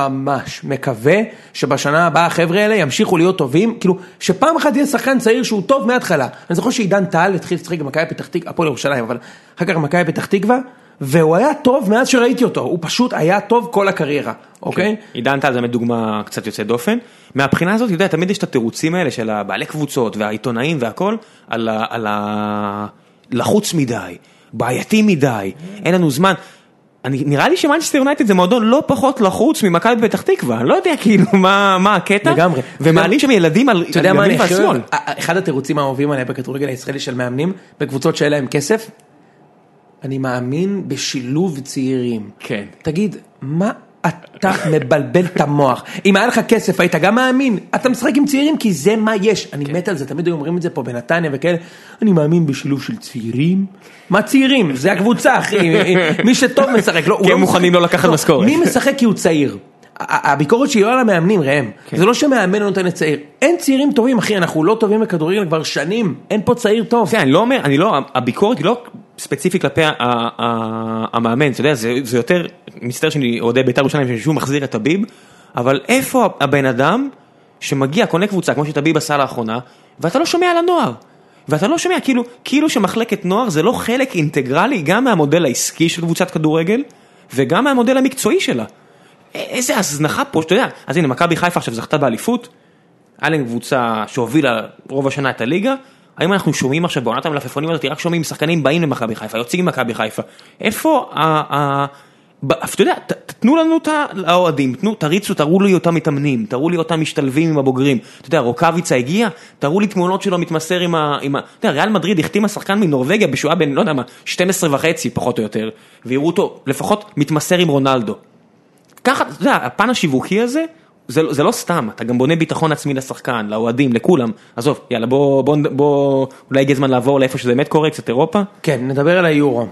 מקווה שבשנה הבאה החבר'ה האלה ימשיכו להיות טובים, כאילו שפעם אחת יהיה שחקן צעיר שהוא טוב מההתחלה. אני זוכר שעידן טל התחיל לשחק במכבי פתח תקווה, הפועל ירושלים, אבל אחר כך מכבי פתח תקווה, והוא היה טוב מאז שראיתי אותו, הוא פשוט היה טוב כל הקריירה, אוקיי? עידן טל זה דוגמה קצת יוצאת דופן, מהבחינה הזאת, יודע, תמיד יש את התירוצים האלה של הבעלי קבוצות והעיתונאים והכל, על לחוץ מדי, בעייתי מדי, אין לנו זמן. נראה לי שמנצ'סטר יונייטד זה מועדון לא פחות לחוץ ממכבי פתח תקווה, אני לא יודע כאילו מה הקטע, לגמרי. ומעלים שם ילדים על ימין ועל שמאל. אחד התירוצים האהובים עליהם בכדורגל הישראלי של מאמנים, בקבוצות שאין להם כסף, אני מאמין בשילוב צעירים. כן. תגיד, מה אתה מבלבל את המוח? אם היה לך כסף, היית גם מאמין. אתה משחק עם צעירים כי זה מה יש. אני מת על זה, תמיד אומרים את זה פה בנתניה וכאלה. אני מאמין בשילוב של צעירים. מה צעירים? זה הקבוצה, אחי. מי שטוב משחק. כי הם מוכנים לא לקחת משכורת. מי משחק כי הוא צעיר? הביקורת שהיא לא על המאמנים, ראם. זה לא שמאמן לא נותן לצעיר. אין צעירים טובים, אחי. אנחנו לא טובים בכדורגל כבר שנים. אין פה צעיר טוב. אני לא, הביקורת היא לא ספציפית כלפי המאמן, אתה יודע, זה יותר, מסתר שאני עודה בית"ר ירושלים, שהוא מחזיר את הביב, אבל איפה הבן אדם שמגיע, קונה קבוצה, כמו שתביב עשה לאחרונה, ואתה לא שומע על הנוער, ואתה לא שומע, כאילו שמחלקת נוער זה לא חלק אינטגרלי, גם מהמודל העסקי של קבוצת כדורגל, וגם מהמודל המקצועי שלה. איזה הזנחה פה, שאתה יודע, אז הנה, מכבי חיפה עכשיו זכתה באליפות, היה להם קבוצה שהובילה רוב השנה את הליגה, האם אנחנו שומעים עכשיו בעונת המלפפונים הזאת, רק שומעים שחקנים באים למכבי חיפה, יוצאים ממכבי חיפה, איפה, אתה יודע, תתנו לנו את האוהדים, תריצו, תראו לי אותם מתאמנים, תראו לי אותם משתלבים עם הבוגרים, אתה יודע, רוקאביצה הגיע, תראו לי תמונות שלו מתמסר עם אתה יודע, ריאל מדריד החתימה שחקן מנורווגיה, בשואה בין, לא יודע מה, 12.5 פחות או יותר, ויראו אותו, לפחות מתמסר עם רונלדו. ככה, אתה יודע, הפן השיווקי הזה, זה לא סתם, אתה גם בונה ביטחון עצמי לשחקן, לאוהדים, לכולם. עזוב, יאללה, בוא, אולי הגיע זמן לעבור לאיפה שזה באמת קורה, קצת אירופה. כן, נדבר על היורו.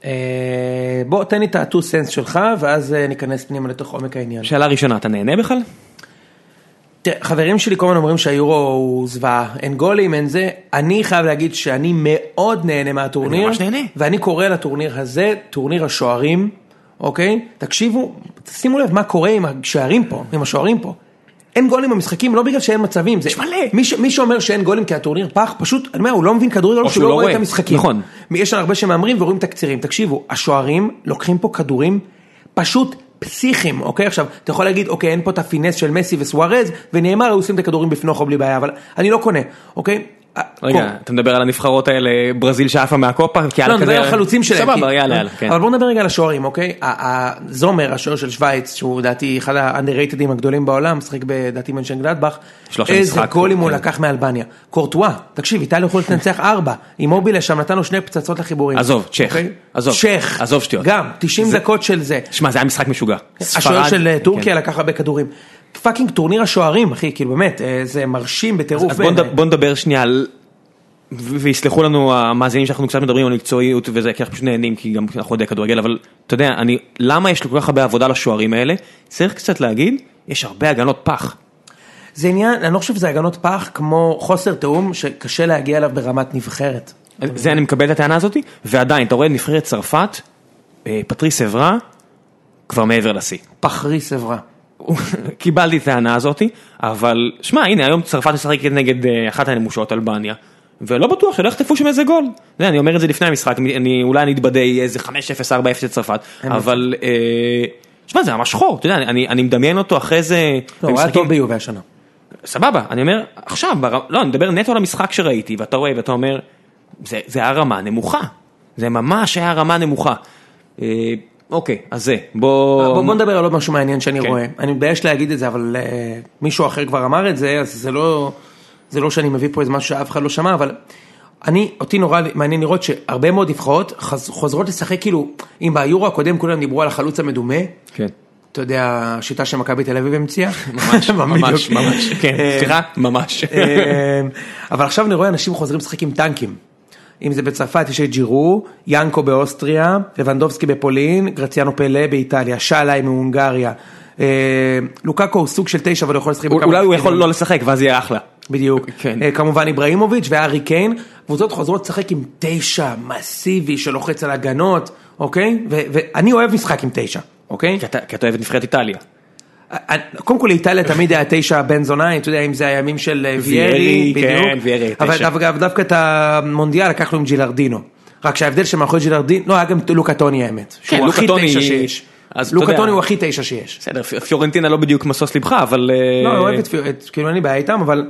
בוא, תן לי את ה-2 cents שלך, ואז ניכנס פנימה לתוך עומק העניין. שאלה ראשונה, אתה נהנה בכלל? תראה, חברים שלי כל הזמן אומרים שהיורו הוא זוועה, אין גולים, אין זה. אני חייב להגיד שאני מאוד נהנה מהטורניר. אני ממש נהנה. ואני קורא לטורניר הזה, טורניר השוערים. אוקיי? תקשיבו, שימו לב מה קורה עם השוערים פה, עם השוערים פה. אין גולים במשחקים, לא בגלל שאין מצבים. יש מלא. מי שאומר שאין גולים כי הטורניר פח, פשוט, אני אומר, הוא לא מבין כדורגל, או שהוא לא רואה את המשחקים. נכון. יש הרבה שמאמרים ורואים תקצירים. תקשיבו, השוערים לוקחים פה כדורים פשוט פסיכיים, אוקיי? עכשיו, אתה יכול להגיד, אוקיי, אין פה את הפינס של מסי וסוארז, ונאמר, הוא עושים את הכדורים בפנוחו בלי בעיה, אבל אני לא קונה, אוקיי? רגע, אתה מדבר על הנבחרות האלה, ברזיל שעפה מהקופה? לא, נדבר על החלוצים שלהם. סבבה, יאללה, כן. אבל בואו נדבר רגע על השוערים, אוקיי? זומר, השוער של שוויץ, שהוא דעתי אחד האנדררייטדים הגדולים בעולם, משחק בדעתי מנשנגלדבך, איזה גולים הוא לקח מאלבניה. קורטואה, תקשיב, איטליה יכול לנצח 4, עם מובילה שם נתנו 2 פצצות לחיבורים. עזוב, צ'ך. עזוב שטויות. גם, 90 דקות של זה. שמע, זה היה משחק משוגע. השוער של טורקיה לקח הרבה כדורים. פאקינג טורניר השוערים, אחי, כאילו באמת, זה מרשים בטירוף. אז בוא נדבר שנייה על, ויסלחו לנו המאזינים שאנחנו קצת מדברים על מקצועיות וזה, כי אנחנו פשוט נהנים, כי גם אנחנו יודעים כדורגל, אבל אתה יודע, למה יש כל כך הרבה עבודה לשוערים האלה? צריך קצת להגיד, יש הרבה הגנות פח. זה עניין, אני לא חושב שזה הגנות פח, כמו חוסר תאום שקשה להגיע אליו ברמת נבחרת. זה אני מקבל את הטענה הזאת, ועדיין, אתה רואה נבחרת צרפת, פטריס אברה, כבר מעבר לשיא. פחריס אברה. קיבלתי את הטענה הזאת, אבל, שמע, הנה, היום צרפת משחקת נגד אחת הנמושות, אלבניה, ולא בטוח שלא יחטפו שם איזה גול. אני אומר את זה לפני המשחק, אולי אני אתבדה איזה 5-0, 4-0 צרפת, אבל, שמע, זה ממש שחור, אתה יודע, אני מדמיין אותו אחרי זה. לא, הוא היה טוב ביובה השנה. סבבה, אני אומר, עכשיו, לא, אני מדבר נטו על המשחק שראיתי, ואתה רואה, ואתה אומר, זה היה רמה נמוכה, זה ממש היה רמה נמוכה. אוקיי, אז זה, בוא נדבר על עוד משהו מעניין שאני רואה. אני מתבייש להגיד את זה, אבל מישהו אחר כבר אמר את זה, אז זה לא שאני מביא פה איזה משהו שאף אחד לא שמע, אבל אותי נורא מעניין לראות שהרבה מאוד נבחרות חוזרות לשחק כאילו, אם ביורו הקודם כולם דיברו על החלוץ המדומה, כן. אתה יודע, השיטה שמכבי תל אביב המציאה? ממש, כן, סליחה, ממש. אבל עכשיו אני רואה אנשים חוזרים לשחק עם טנקים. אם זה בצרפת, יש את ג'ירו, ינקו באוסטריה, לבנדובסקי בפולין, גרציאנו פלה באיטליה, שאלי מהונגריה, לוקאקו הוא סוג של 9, אבל הוא יכול לשחק בכמה... אולי הוא יכול לא לשחק, ואז יהיה אחלה. בדיוק. כמובן איבראימוביץ' והארי קיין, קבוצות חוזרות לשחק עם 9 מסיבי שלוחץ על הגנות, אוקיי? ואני אוהב משחק עם 9, אוקיי? כי אתה אוהב את נבחרת איטליה. קודם כל איטליה תמיד היה 9 בן זונה, אתה יודע אם זה הימים של ויירי, בדיוק, אבל דווקא את המונדיאל לקחנו עם ג'ילרדינו, רק שההבדל שמאחורי ג'ילרדינו, לא, היה גם לוקטוני האמת, שהוא הכי 9 שיש, לוקטוני הוא הכי 9 שיש. בסדר, פיורנטינה לא בדיוק מסוס לבך, אבל... לא, הוא אוהב את, כאילו אני בעיה איתם, אבל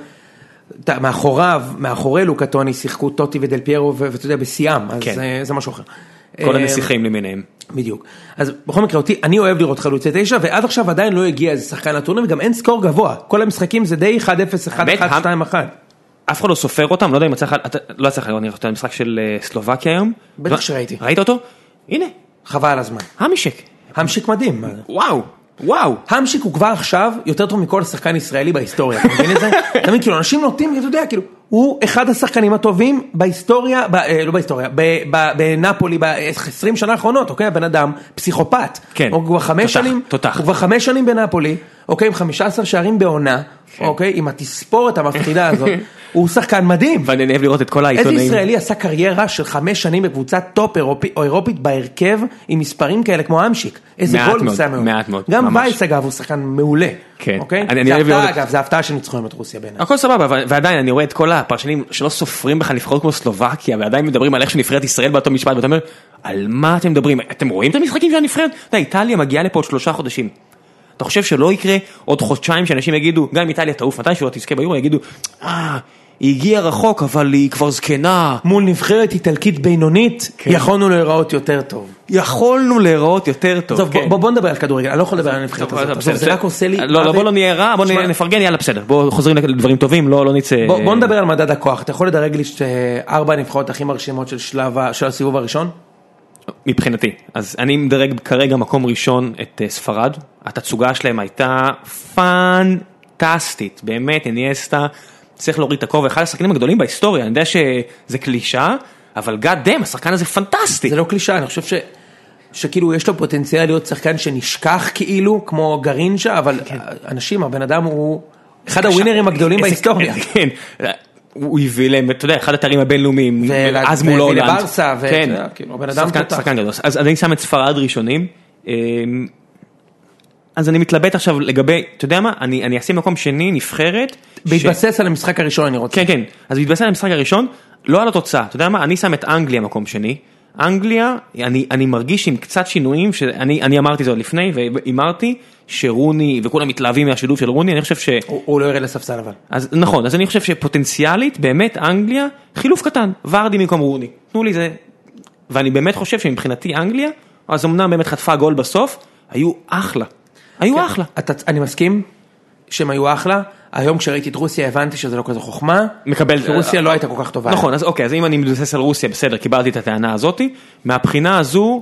מאחורי לוקטוני שיחקו טוטי ודל פיירו, ואתה יודע, בסיאם, אז זה משהו אחר. כל הנסיכים למיניהם. בדיוק. אז בכל מקרה אותי, אני אוהב לראות חלוצי 9, ועד עכשיו עדיין לא הגיע איזה שחקן לטורניר, וגם אין סקור גבוה. כל המשחקים זה די 1-0, 1-1, 2-1. אף אחד לא סופר אותם, לא יודע אם לא צריך לראות את המשחק של סלובקיה היום. בטח שראיתי. ראית אותו? הנה. חבל על הזמן. המשיק מדהים. וואו. המשיק הוא כבר עכשיו יותר טוב מכל שחקן ישראלי בהיסטוריה. אתה מבין את זה? אתה מבין, כאילו, אנשים נוטים, אתה יודע, כאילו, הוא אחד השחקנים הטובים בהיסטוריה, לא בהיסטוריה, בנפולי, ב-20 שנה האחרונות, אוקיי? הבן אדם פסיכופת. כן. הוא כבר 5 שנים. תותח. הוא כבר 5 שנים בנפולי, אוקיי? עם 15 שערים בעונה, אוקיי? עם התספורת המפחידה הזאת. הוא שחקן מדהים. ואני אוהב לראות את כל העיתונאים. איזה ישראלי עשה קריירה של 5 שנים בקבוצת טופ אירופית בהרכב, עם מספרים כאלה כמו המשיק. איזה גול הוא עושה מאוד. מעט מאוד. גם וייס אגב הוא שחקן מעולה. כן. אוקיי? זה הפתעה שניצחו את רוסיה בעיניי. הכל סבבה, ועדיין אני רואה את כל הפרשנים שלא סופרים בכלל נבחרות כמו סלובקיה, ועדיין מדברים על איך שנבחרת ישראל באותו משפט, ואתה אומר, על מה אתם מדברים? אתם רואים את המשחקים של הנבחרת? איטליה מגיעה לפה עוד 3 חודשים. אתה חושב שלא יקרה עוד חודשיים שאנשים יגידו, גם אם איטליה תעוף, מתי שלא תזכה ביורו, יגידו, היא הגיעה רחוק, אבל היא כבר זקנה. מול נבחרת איטלקית בינונית, יכולנו להיראות יותר טוב. בוא נדבר על כדורגל, אני לא יכול לדבר על הנבחרת הזאת. זה רק עושה לי... לא, בוא לא נהיה רע, בוא נפרגן, יאללה בסדר. בוא חוזרים לדברים טובים, לא נצא... בוא נדבר על מדד הכוח. אתה יכול לדרג לי 4 הנבחרות הכי מרשימות של הסיבוב הראשון? מבחינתי. אז אני מדרג כרגע מקום ראשון את ספרד. התצוגה שלהם הייתה פנטסטית. באמת, אינייסטה. צריך להוריד את הכובע, אחד השחקנים הגדולים בהיסטוריה, אני יודע שזה קלישה, אבל God damn, השחקן הזה פנטסטי. זה לא קלישה, אני חושב שכאילו יש לו פוטנציאל להיות שחקן שנשכח כאילו, כמו גרינצ'ה, אבל אנשים, הבן אדם הוא אחד הווינרים הגדולים בהיסטוריה. כן, הוא הביא להם, אתה יודע, אחד התארים הבינלאומיים, אז מול הולנד. ולברסה, וכאילו, הבן אדם תותח. שחקן גדול. אז אני שם את ספרד ראשונים, אז אני מתלבט עכשיו לגבי, אתה יודע מה, אני אשים מקום שני, נבחרת. בהתבסס על המשחק הראשון אני רוצה. כן, אז בהתבסס על המשחק הראשון, לא על התוצאה, אתה יודע מה, אני שם את אנגליה מקום שני. אנגליה, אני מרגיש עם קצת שינויים, אני אמרתי זאת לפני, ואמרתי שרוני, וכולם מתלהבים מהשילוב של רוני, אני חושב ש... הוא לא ירד לספסל אבל. אז נכון, אז אני חושב שפוטנציאלית, באמת אנגליה, חילוף קטן, ורדי במקום רוני. תנו לי זה, ואני באמת חושב שמבחינתי אנגליה, אז אמנם באמת חטפה גול בסוף, היו אחלה. היו אחלה. אני מסכים שהם היו אחלה, היום כשראיתי את רוסיה הבנתי שזה לא כזה חוכמה, כי רוסיה לא הייתה כל כך טובה. נכון, אז אוקיי, אז אם אני מתבסס על רוסיה, בסדר, קיבלתי את הטענה הזאת, מהבחינה הזו,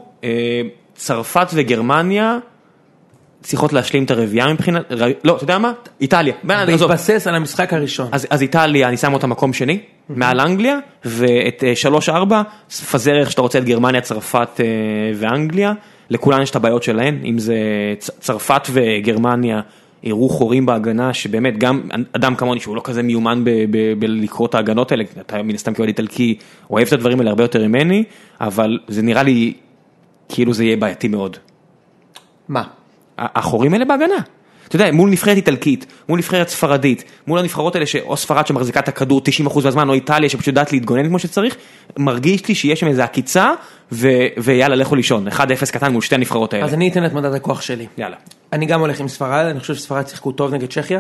צרפת וגרמניה צריכות להשלים את הרביעייה מבחינת, לא, אתה יודע מה? איטליה. בהתבסס על המשחק הראשון. אז איטליה, אני שם אותה מקום שני, מעל אנגליה, ואת 3-4, פזר איך שאתה רוצה את גרמניה, צרפת ואנגליה, לכולן יש את הבעיות שלהן, אם זה צרפת וגרמניה, הראו חורים בהגנה, שבאמת גם אדם כמוני, שהוא לא כזה מיומן בלקרוא את ההגנות האלה, אתה מן הסתם כאוהד איטלקי, אוהב את הדברים האלה הרבה יותר ממני, אבל זה נראה לי, כאילו זה יהיה בעייתי מאוד. מה? החורים האלה בהגנה. אתה יודע, מול נבחרת איטלקית, מול נבחרת ספרדית, מול הנבחרות האלה או ספרד שמחזיקה את הכדור 90% מהזמן, או איטליה שפשוט יודעת להתגונן כמו שצריך, מרגיש לי שיש שם איזו עקיצה, ויאללה, לכו לישון, 1-0 קטן מול שתי הנבחרות האלה. אז אני אתן את מדד הכוח שלי. יאללה. אני גם הולך עם ספרד, אני חושב שספרד שיחקו טוב נגד צ'כיה.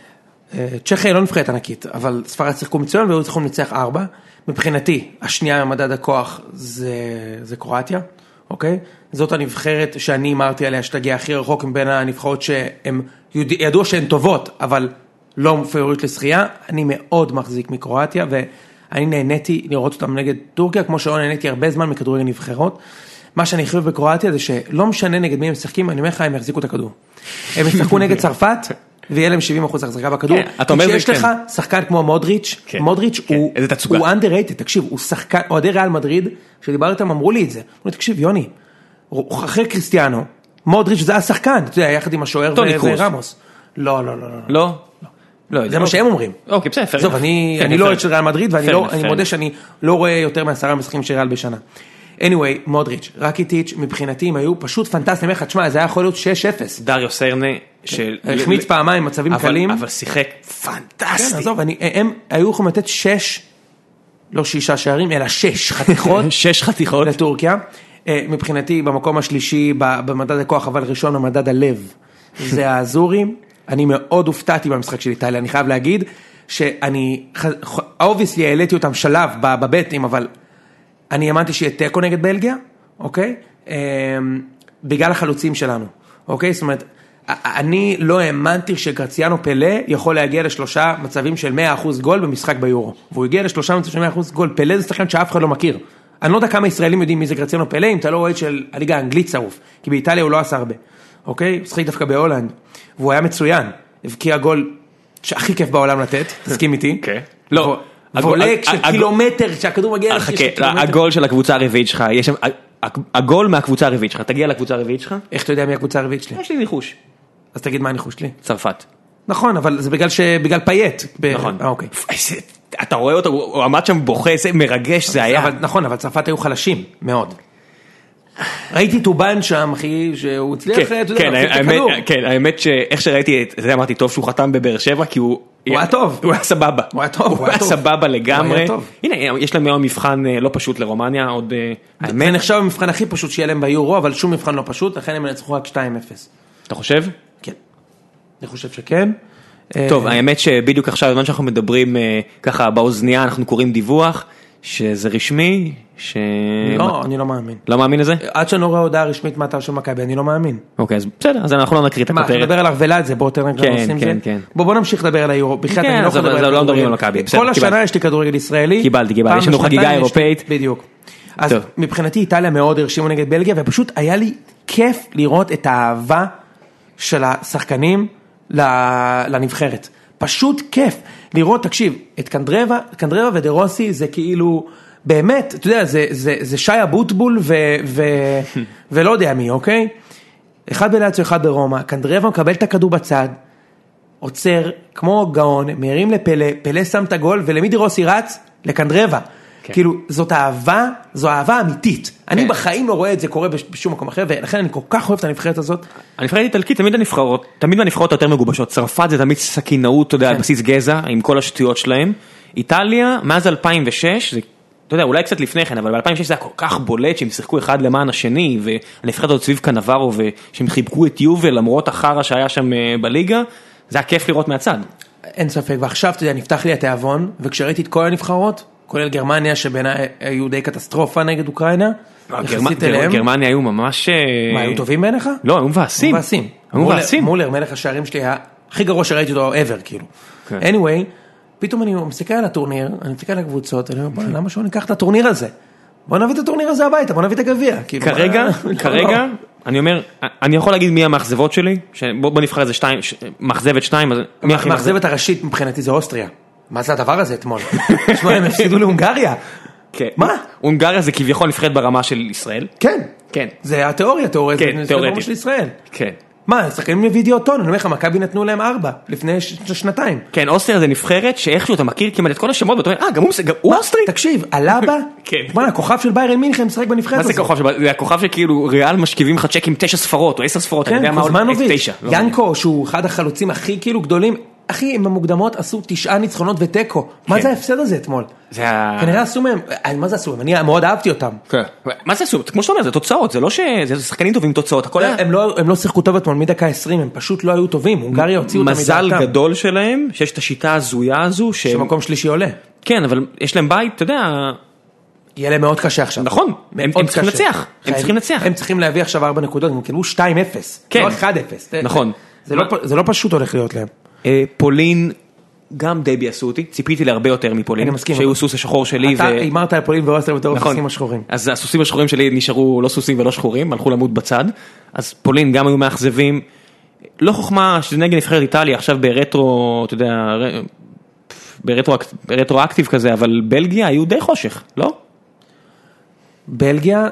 צ'כיה לא נבחרת ענקית, אבל ספרד שיחקו מצוין, והיו צריכים לנצח 4. מבחינתי, השנייה ממדד הכוח זה קרואטיה. אוקיי? זאת הנבחרת שאני אמרתי עליה שתגיע הכי רחוק בין הנבחרות שהם ידעו שהן טובות, אבל לא פייבוריט לשחייה. אני מאוד מחזיק מקרואטיה, ואני נהניתי לראות אותם נגד טורקיה, כמו שלא נהניתי הרבה זמן מכדורגל נבחרות. מה שאני חושב בקרואטיה זה שלא משנה נגד מי הם משחקים, אני אומר לך, הם יחזיקו את הכדור. הם ישחקו נגד צרפת, ויהיה להם 70% החזקה בכדור. כשיש לך שחקן כמו מודריץ', מודריץ' הוא underrated, תקשיב, הוא שחקן, אוהדי ריאל מדריד, שדיבר איתם אמרו לי את זה. אמרו לי, תקשיב, יוני, אחרי קריסטיאנו, מודריץ' זה השחקן, אתה יודע, יחד עם השוער ורמוס. לא. לא? זה מה שהם אומרים. אוקיי, בסדר. טוב, אני לא אוהד של ריאל מדריד, ואני מודה שאני לא רואה יותר מ10 משחקים של ריאל בשנה. anyway, מודריץ', רקיטיץ', מבחינתי הם היו פשוט פנטסטיים, תשמע, זה היה יכול להיות 6-0. דריו סרנה, החמיץ פעמיים מצבים קלים. אבל שיחק פנטסטי. כן, עזוב, הם היו יכולים לתת 6, לא 6 שערים, אלא 6 חתיכות. 6 חתיכות. לטורקיה. מבחינתי, במקום השלישי, במדד הכוח, אבל ראשון, במדד הלב. זה האזורים. אני מאוד הופתעתי במשחק של איטליה, אני חייב להגיד, שאני, obviously, העליתי אותם שלב בבטים, אבל אני האמנתי שיהיה טקו נגד בלגיה, אוקיי? בגלל החלוצים שלנו, אוקיי? זאת אומרת, אני לא האמנתי שגרציאנו פלא יכול להגיע לשלושה מצבים של 100% גול במשחק ביורו, והוא הגיע לשלושה מצבים של 100% גול, פלא זה שחקן שאף אחד לא מכיר. אני לא יודע כמה ישראלים יודעים מי זה גרציאנו פלא, אם אתה לא רואה של הליגה האנגלית שרוף, כי באיטליה הוא לא עשה הרבה, אוקיי? הוא שחק דווקא בהולנד, והוא היה מצוין, הבקיע גול שהכי כיף בעולם לתת, תסכים איתי? כן. לא. וולק של קילומטר, שהכדור מגיע הגול של הקבוצה הרביעית שלך, יש שם, הגול מהקבוצה הרביעית שלך, תגיע לקבוצה הרביעית שלך? איך אתה יודע מי הקבוצה הרביעית שלי? יש לי ניחוש. אז תגיד מה הניחוש שלי? צרפת. נכון, אבל זה בגלל פייט. נכון. אוקיי. אתה רואה אותו, הוא עמד שם בוכה, זה מרגש זה היה. נכון, אבל צרפת היו חלשים, מאוד. ראיתי טובן שם, אחי, שהוא הצליח, אתה יודע, כן, האמת שאיך שראיתי את זה, אמרתי טוב שהוא חתם בבאר שבע, כי הוא היה טוב. הוא היה סבבה. הוא היה טוב. הוא היה סבבה לגמרי. הנה, יש להם היום מבחן לא פשוט לרומניה, עוד... זה נחשב המבחן הכי פשוט שיהיה להם ביורו, אבל שום מבחן לא פשוט, לכן הם ינצחו רק 2-0. אתה חושב? כן. אני חושב שכן. טוב, האמת שבדיוק עכשיו, בזמן שאנחנו מדברים ככה באוזנייה, אנחנו קוראים דיווח, שזה רשמי, לא, אני לא מאמין. לא מאמין לזה? עד שאני רואה הודעה רשמית מאתר של מכבי, אני לא מאמין. אוקיי, אז בסדר, אז אנחנו לא נקריא את הכותרת. מה, נדבר על הרבלה את זה, בואו תראה כן, כן, כן. בוא נמשיך לדבר על היורו. כן, אז לא מדברים על מכבי. כל השנה יש לי כדורגל ישראלי. קיבלתי, יש לנו חגיגה אירופאית. בדיוק. אז מבחינתי איטליה מאוד הרשימו נגד בלגיה, ופשוט היה לי כיף לראות את האהבה של השחקנים לנבחרת. פשוט כיף לראות, תקשיב, את קנדרבה ודרוסי זה כאילו, באמת, אתה יודע, זה שי אבוטבול ולא יודע מי, אוקיי? אחד בלאציו, אחד ברומא, קנדרבה מקבל את הכדור בצד, עוצר, כמו גאון, מרים לפלא, פלא שם את הגול, ולמי דרוסי רץ? לקנדרבה. כאילו, זאת אהבה, זו אהבה אמיתית. אני בחיים לא רואה את זה קורה בשום מקום אחר, ולכן אני כל כך אוהב את הנבחרת הזאת. הנבחרת איטלקית, תמיד הנבחרות יותר מגובשות. צרפת זה תמיד סכינאות, אתה יודע, על בסיס גזע, עם כל השטויות שלהם. איטליה, מאז 2006, זה, אתה יודע, אולי קצת לפני כן, אבל ב-2006 זה היה כל כך בולט, שהם שיחקו אחד למען השני, והנבחרת הזאת סביב קנברו, ושהם חיבקו את יובל, למרות החרא שהיה שם בליגה, זה היה כיף לראות מהצד. אין ספק, ועכשיו, אתה יודע, נפתח לי התיאבון, וכשראיתי את כל הנבחרות, כולל גרמניה שבעיניי היו די קטסטרופה נגד אוקראינה. גרמניה היו ממש... מה, היו טובים בעיניך? לא, היו מבאסים. מולר, מלך השערים שלי, היה הכי גרוע שראיתי אותו ever, כאילו. anyway, פתאום אני מסתכל על הטורניר, אני מסתכל על הקבוצות, אני אומר, למה שלא ניקח את הטורניר הזה? בוא נביא את הטורניר הזה הביתה, בוא נביא את הגביע. כרגע, אני אומר, אני יכול להגיד מי המאכזבות שלי, בוא נבחר איזה מאכזבת 2. המאכזבת הראשית מבחינתי זה אוסטריה. מה זה הדבר הזה אתמול? שמע, הם הפסידו להונגריה. מה? הונגריה זה כביכול נבחרת ברמה של ישראל? כן. כן. זה התיאוריה, תיאורטית. ברמה של ישראל. כן. מה, שחקנים לוידאו טון, אני אומר לך, מכבי נתנו להם 4, לפני שנתיים. כן, אוסטריה זה נבחרת שאיכשהו אתה מכיר כמעט את כל השמות, ואתה אומר, גם הוא אוסטרי? תקשיב, אלאבה, מה, הכוכב של ביירן מינכן משחק בנבחרת הזאת. מה זה כוכב? זה הכוכב שכאילו ריאל משכיבים לך צ'ק עם 9 ספרות, או 10 ספרות, אני יודע מה עוד, 9. ינקו, שהוא אחד החלוצים הכי כאילו גדולים, אחי, הם במוקדמות עשו 9 ניצחונות וטקו. מה זה ההפסד הזה אתמול? כנראה עשו מהם, מה זה עשו מהם? אני מאוד אהבתי אותם. מה זה עשו? כמו שאתה אומר, זה תוצאות, זה לא שזה שחקנים טובים תוצאות. הם לא שיחקו טוב אתמול מדקה 20, הם פשוט לא היו טובים. הונגריה הוציאו אותם מדעתם. מזל גדול שלהם, שיש את השיטה הזויה הזו. שמקום שלישי עולה. כן, אבל יש להם בית, אתה יודע... יהיה להם מאוד קשה עכשיו. נכון, הם צריכים לנצח. הם צריכים להביא עכשיו 4 נקודות, הם קיבלו 2-0, לא 1-0. נכון. זה לא פשוט הולך להיות להם. פולין גם די ביאסו אותי, ציפיתי להרבה יותר מפולין, שהיו סוס השחור שלי. אתה אמרת על פולין ואוסטריה בתור הסוסים השחורים. אז הסוסים השחורים שלי נשארו לא סוסים ולא שחורים, הלכו למות בצד, אז פולין גם היו מאכזבים, לא חוכמה שזה נגד נבחרת איטליה, עכשיו ברטרו, אתה יודע, ברטרואקטיב כזה, אבל בלגיה היו די חושך, לא? בלגיה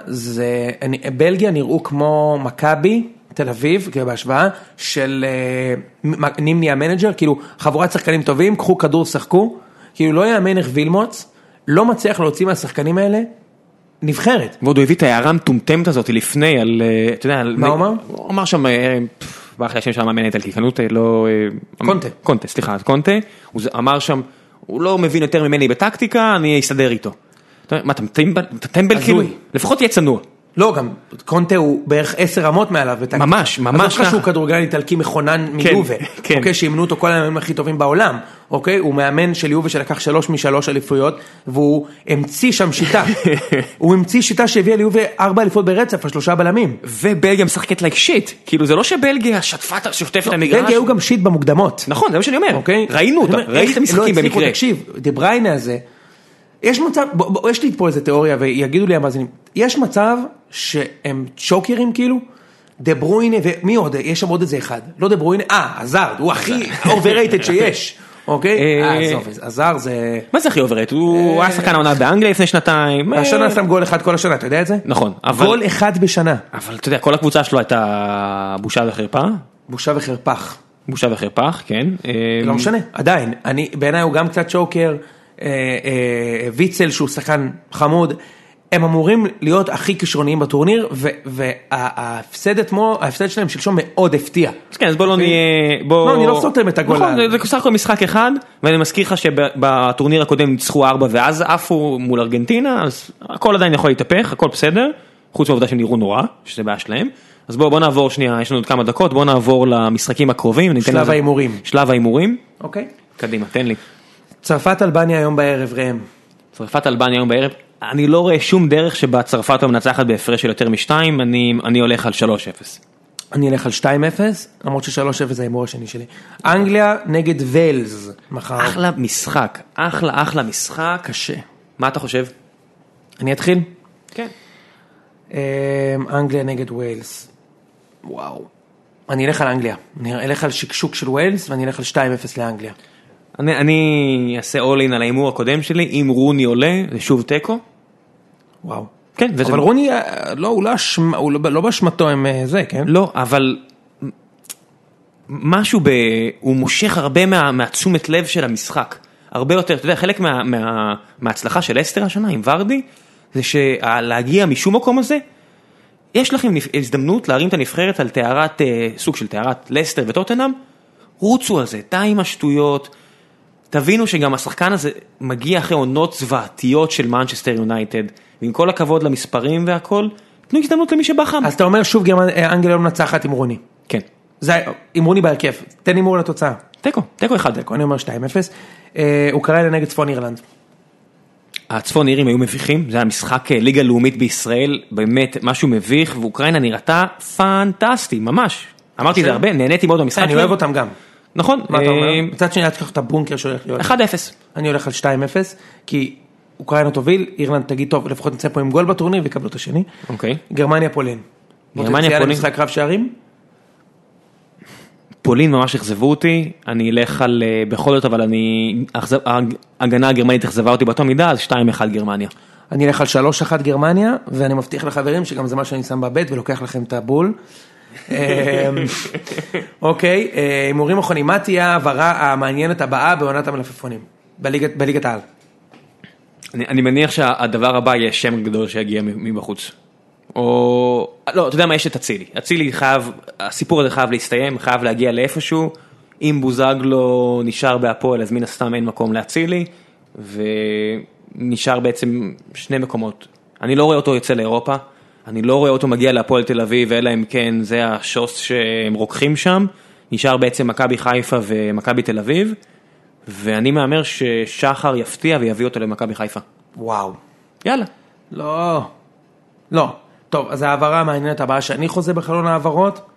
נראו כמו מכבי, תל אביב, כאילו בהשוואה, של נימני המנג'ר, כאילו חבורת שחקנים טובים, קחו כדור, שחקו, כאילו לא יאמן איך וילמוץ, לא מצליח להוציא מהשחקנים האלה, נבחרת. ועוד הוא הביא את ההערה המטומטמת הזאת לפני, על, אתה יודע, מה הוא אמר? הוא אמר שם, באחרי השם שם מאמן איטלקי, לא... קונטה, סליחה, קונטה, הוא אמר שם, הוא לא מבין יותר ממני בטקטיקה, אני אסתדר איתו. מה, אתה טמבל כאילו? לפחות תהיה צנוע. לא, גם קונטה הוא בערך 10 רמות מעליו. ממש, ממש ככה. אז לא חשוב כדורגלן איטלקי מכונן מיובה, אוקיי, שימנו אותו כל המאמנים הכי טובים בעולם, אוקיי? הוא מאמן של יובה שלקח 3 מ-3 אליפויות, והוא המציא שם שיטה. הוא המציא שיטה שהביאה ליובה 4 אליפות ברצף, 3 בלמים. ובלגיה משחקת like shit, כאילו זה לא שבלגיה שוטפת את המגרש. בלגיה הוא גם שיט במוקדמות. נכון, זה מה שאני אומר. ראינו אותה, ראיתי את המשחקים במקרה. תקשיב, דה בריינה הזה, יש מצב, יש לי פה איזה תיאוריה ויגידו לי המאזינים, יש מצב שהם צ'וקרים כאילו, דה ברוינה ומי עוד, יש שם עוד איזה אחד, לא דה ברוינה, עזרד, הוא הכי overrated שיש, אוקיי? עזרד זה... מה זה הכי overrated? הוא היה שחקן העונה באנגליה לפני שנתיים. השנה שם גול אחד כל השנה, אתה יודע את זה? נכון. גול אחד בשנה. אבל אתה יודע, כל הקבוצה שלו הייתה בושה וחרפה. בושה וחרפח. בושה וחרפח, כן. לא משנה, עדיין, בעיניי הוא גם קצת צ'וקר, ויצל שהוא שחקן חמוד, הם אמורים להיות הכי כישרוניים בטורניר, וההפסד שלהם שלשום מאוד הפתיע. כן, אז בוא לא נהיה... לא, אני לא סותם את הגול. נכון, זה סך הכל משחק אחד, ואני מזכיר לך שבטורניר הקודם ניצחו 4 ואז עפו מול ארגנטינה, אז הכל עדיין יכול להתהפך, הכל בסדר, חוץ מהעובדה שהם נראו נורא, שזה בעיה שלהם. אז בוא נעבור שנייה, יש לנו עוד כמה דקות, בוא נעבור למשחקים הקרובים. שלב האימורים. שלב האימורים. אוקיי. קדימה, תן לי. צרפת אלבניה היום בערב, ראם. צרפת אלבניה היום בערב. אני לא רואה שום דרך שבה צרפת מנצחת בהפרש של יותר מ2, אני הולך על 3-0. אני אלך על 2-0, למרות ש3-0 זה האימור השני שלי. אנגליה נגד ויילס מחר. אחלה משחק, אחלה משחק. קשה. מה אתה חושב? אני אתחיל? כן. אנגליה נגד ויילס. וואו. אני אלך על אנגליה. אני אלך על שקשוק של ויילס, ואני אלך על 2-0 לאנגליה. אני אעשה אול-אין על האימור הקודם שלי, אם רוני עולה, זה שוב טקו. וואו. כן, אבל רוני, הוא לא באשמתו עם זה, כן? לא, אבל משהו הוא מושך הרבה מהתשומת לב של המשחק. הרבה יותר, אתה יודע, חלק מההצלחה של אסטר השנה עם ורדי, זה שלהגיע משום מקום הזה, יש לכם הזדמנות להרים את הנבחרת על סוג של תארת לסטר וטוטנהאם, רוצו על זה, די עם השטויות, תבינו שגם השחקן הזה מגיע אחרי עונות זוועתיות של מנצ'סטר יונייטד, ועם כל הכבוד למספרים והכל, תנו הזדמנות למי שבא חם. אז אתה אומר שוב אנגליה לא מנצחת עם רוני. כן. זה עם רוני בהרכב, תן הימור לתוצאה. תיקו אחד. אני אומר 2-0. אוקראינה נגד צפון אירלנד. הצפון אירים היו מביכים, זה היה משחק ליגה לאומית בישראל, באמת משהו מביך, ואוקראינה נראתה פנטסטי, ממש. אמרתי זה הרבה, נהניתי מאוד במשחק. אני אוהב אותם גם. נכון. מה אתה אומר? מצד שני, תקח את הבונקר שהולך להיות. 1-0. אני הולך על 2-0, כי אוקראינה תוביל, אירלנד תגיד טוב, לפחות נצא פה עם גול בטורניר, ויקבלו את השני. אוקיי. גרמניה פולין. גרמניה פולין. משחק רב שערים? פולין ממש אכזבו אותי, אני אלך על בכל זאת, אבל ההגנה הגרמנית אכזבה אותי באותה מידה, אז 2-1 גרמניה. אני אלך על 3-1 גרמניה, ואני מבטיח לחברים שגם זה מה שאני שם בבית, ולוקח לכם את הבול. אוקיי, הימורים אחרונים, מה תהיה העברה המעניינת הבאה בעונת המלפפונים, בליגת העל? אני מניח שהדבר הבא יהיה שם גדול שיגיע מבחוץ. או, לא, אתה יודע מה, יש את אצילי חייב, הסיפור הזה חייב להסתיים, חייב להגיע לאיפשהו, אם בוזגלו נשאר בהפועל, אז מן הסתם אין מקום לאצילי, ונשאר בעצם 2 מקומות. אני לא רואה אותו יוצא לאירופה, אני לא רואה אותו מגיע להפועל תל אביב, אלא אם כן זה השוס שהם רוקחים שם, נשאר בעצם מכבי חיפה ומכבי תל אביב, ואני מאמר ששחר יפתיע ויביא אותו למכבי חיפה. וואו. יאללה. לא. טוב, אז העברה המעניינת הבאה שאני חוזה בחלון העברות,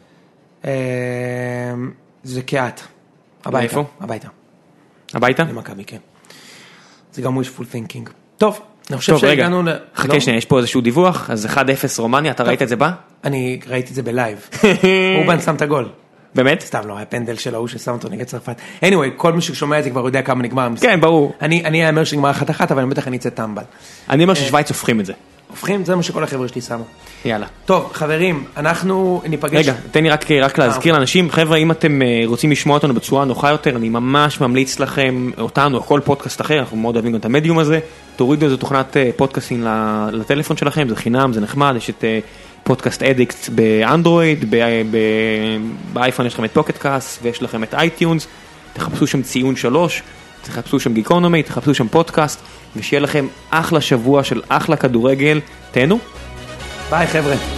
זה קהת. איפה? הביתה. הביתה? למכבי, כן. זה גם wishful thinking. טוב, אני חושב שהגענו... חכה שנייה, יש פה איזשהו דיווח, אז 1-0 רומניה, אתה ראית את זה בה? אני ראיתי את זה בלייב. אובן שם את הגול. באמת? סתם לא, הפנדל של ההוא ששם אותו נגד צרפת. anyway, כל מי ששומע את זה כבר יודע כמה נגמר המשחק. כן, ברור. אני אאמר שנגמר 1-1, אבל אני בטח אני אצא טמבל. אני אומר ששוויץ הופכים את זה. הופכים? זה מה שכל החבר'ה שלי שמו. יאללה. טוב, חברים, אנחנו ניפגש... רגע, תן לי רק להזכיר לאנשים, חבר'ה, אם אתם רוצים לשמוע אותנו בצורה נוחה יותר, אני ממש ממליץ לכם, אותנו, או כל פודקאסט אחר, אנחנו מאוד אוהבים גם את המדיום הזה, תורידו איזו תוכנת פודקאסטים לטלפון שלכם, זה חינם, זה נחמד, יש את פודקאסט אדיקט באנדרואיד, באייפון יש לכם את פוקט קאסט, ויש לכם את אייטיונס, תחפשו שם ציון 3, תחפשו שם גיקונומי, תחפשו שם פודקאסט, ושיהיה לכם אחלה שבוע של אחלה כדורגל, תהנו. ביי חבר'ה.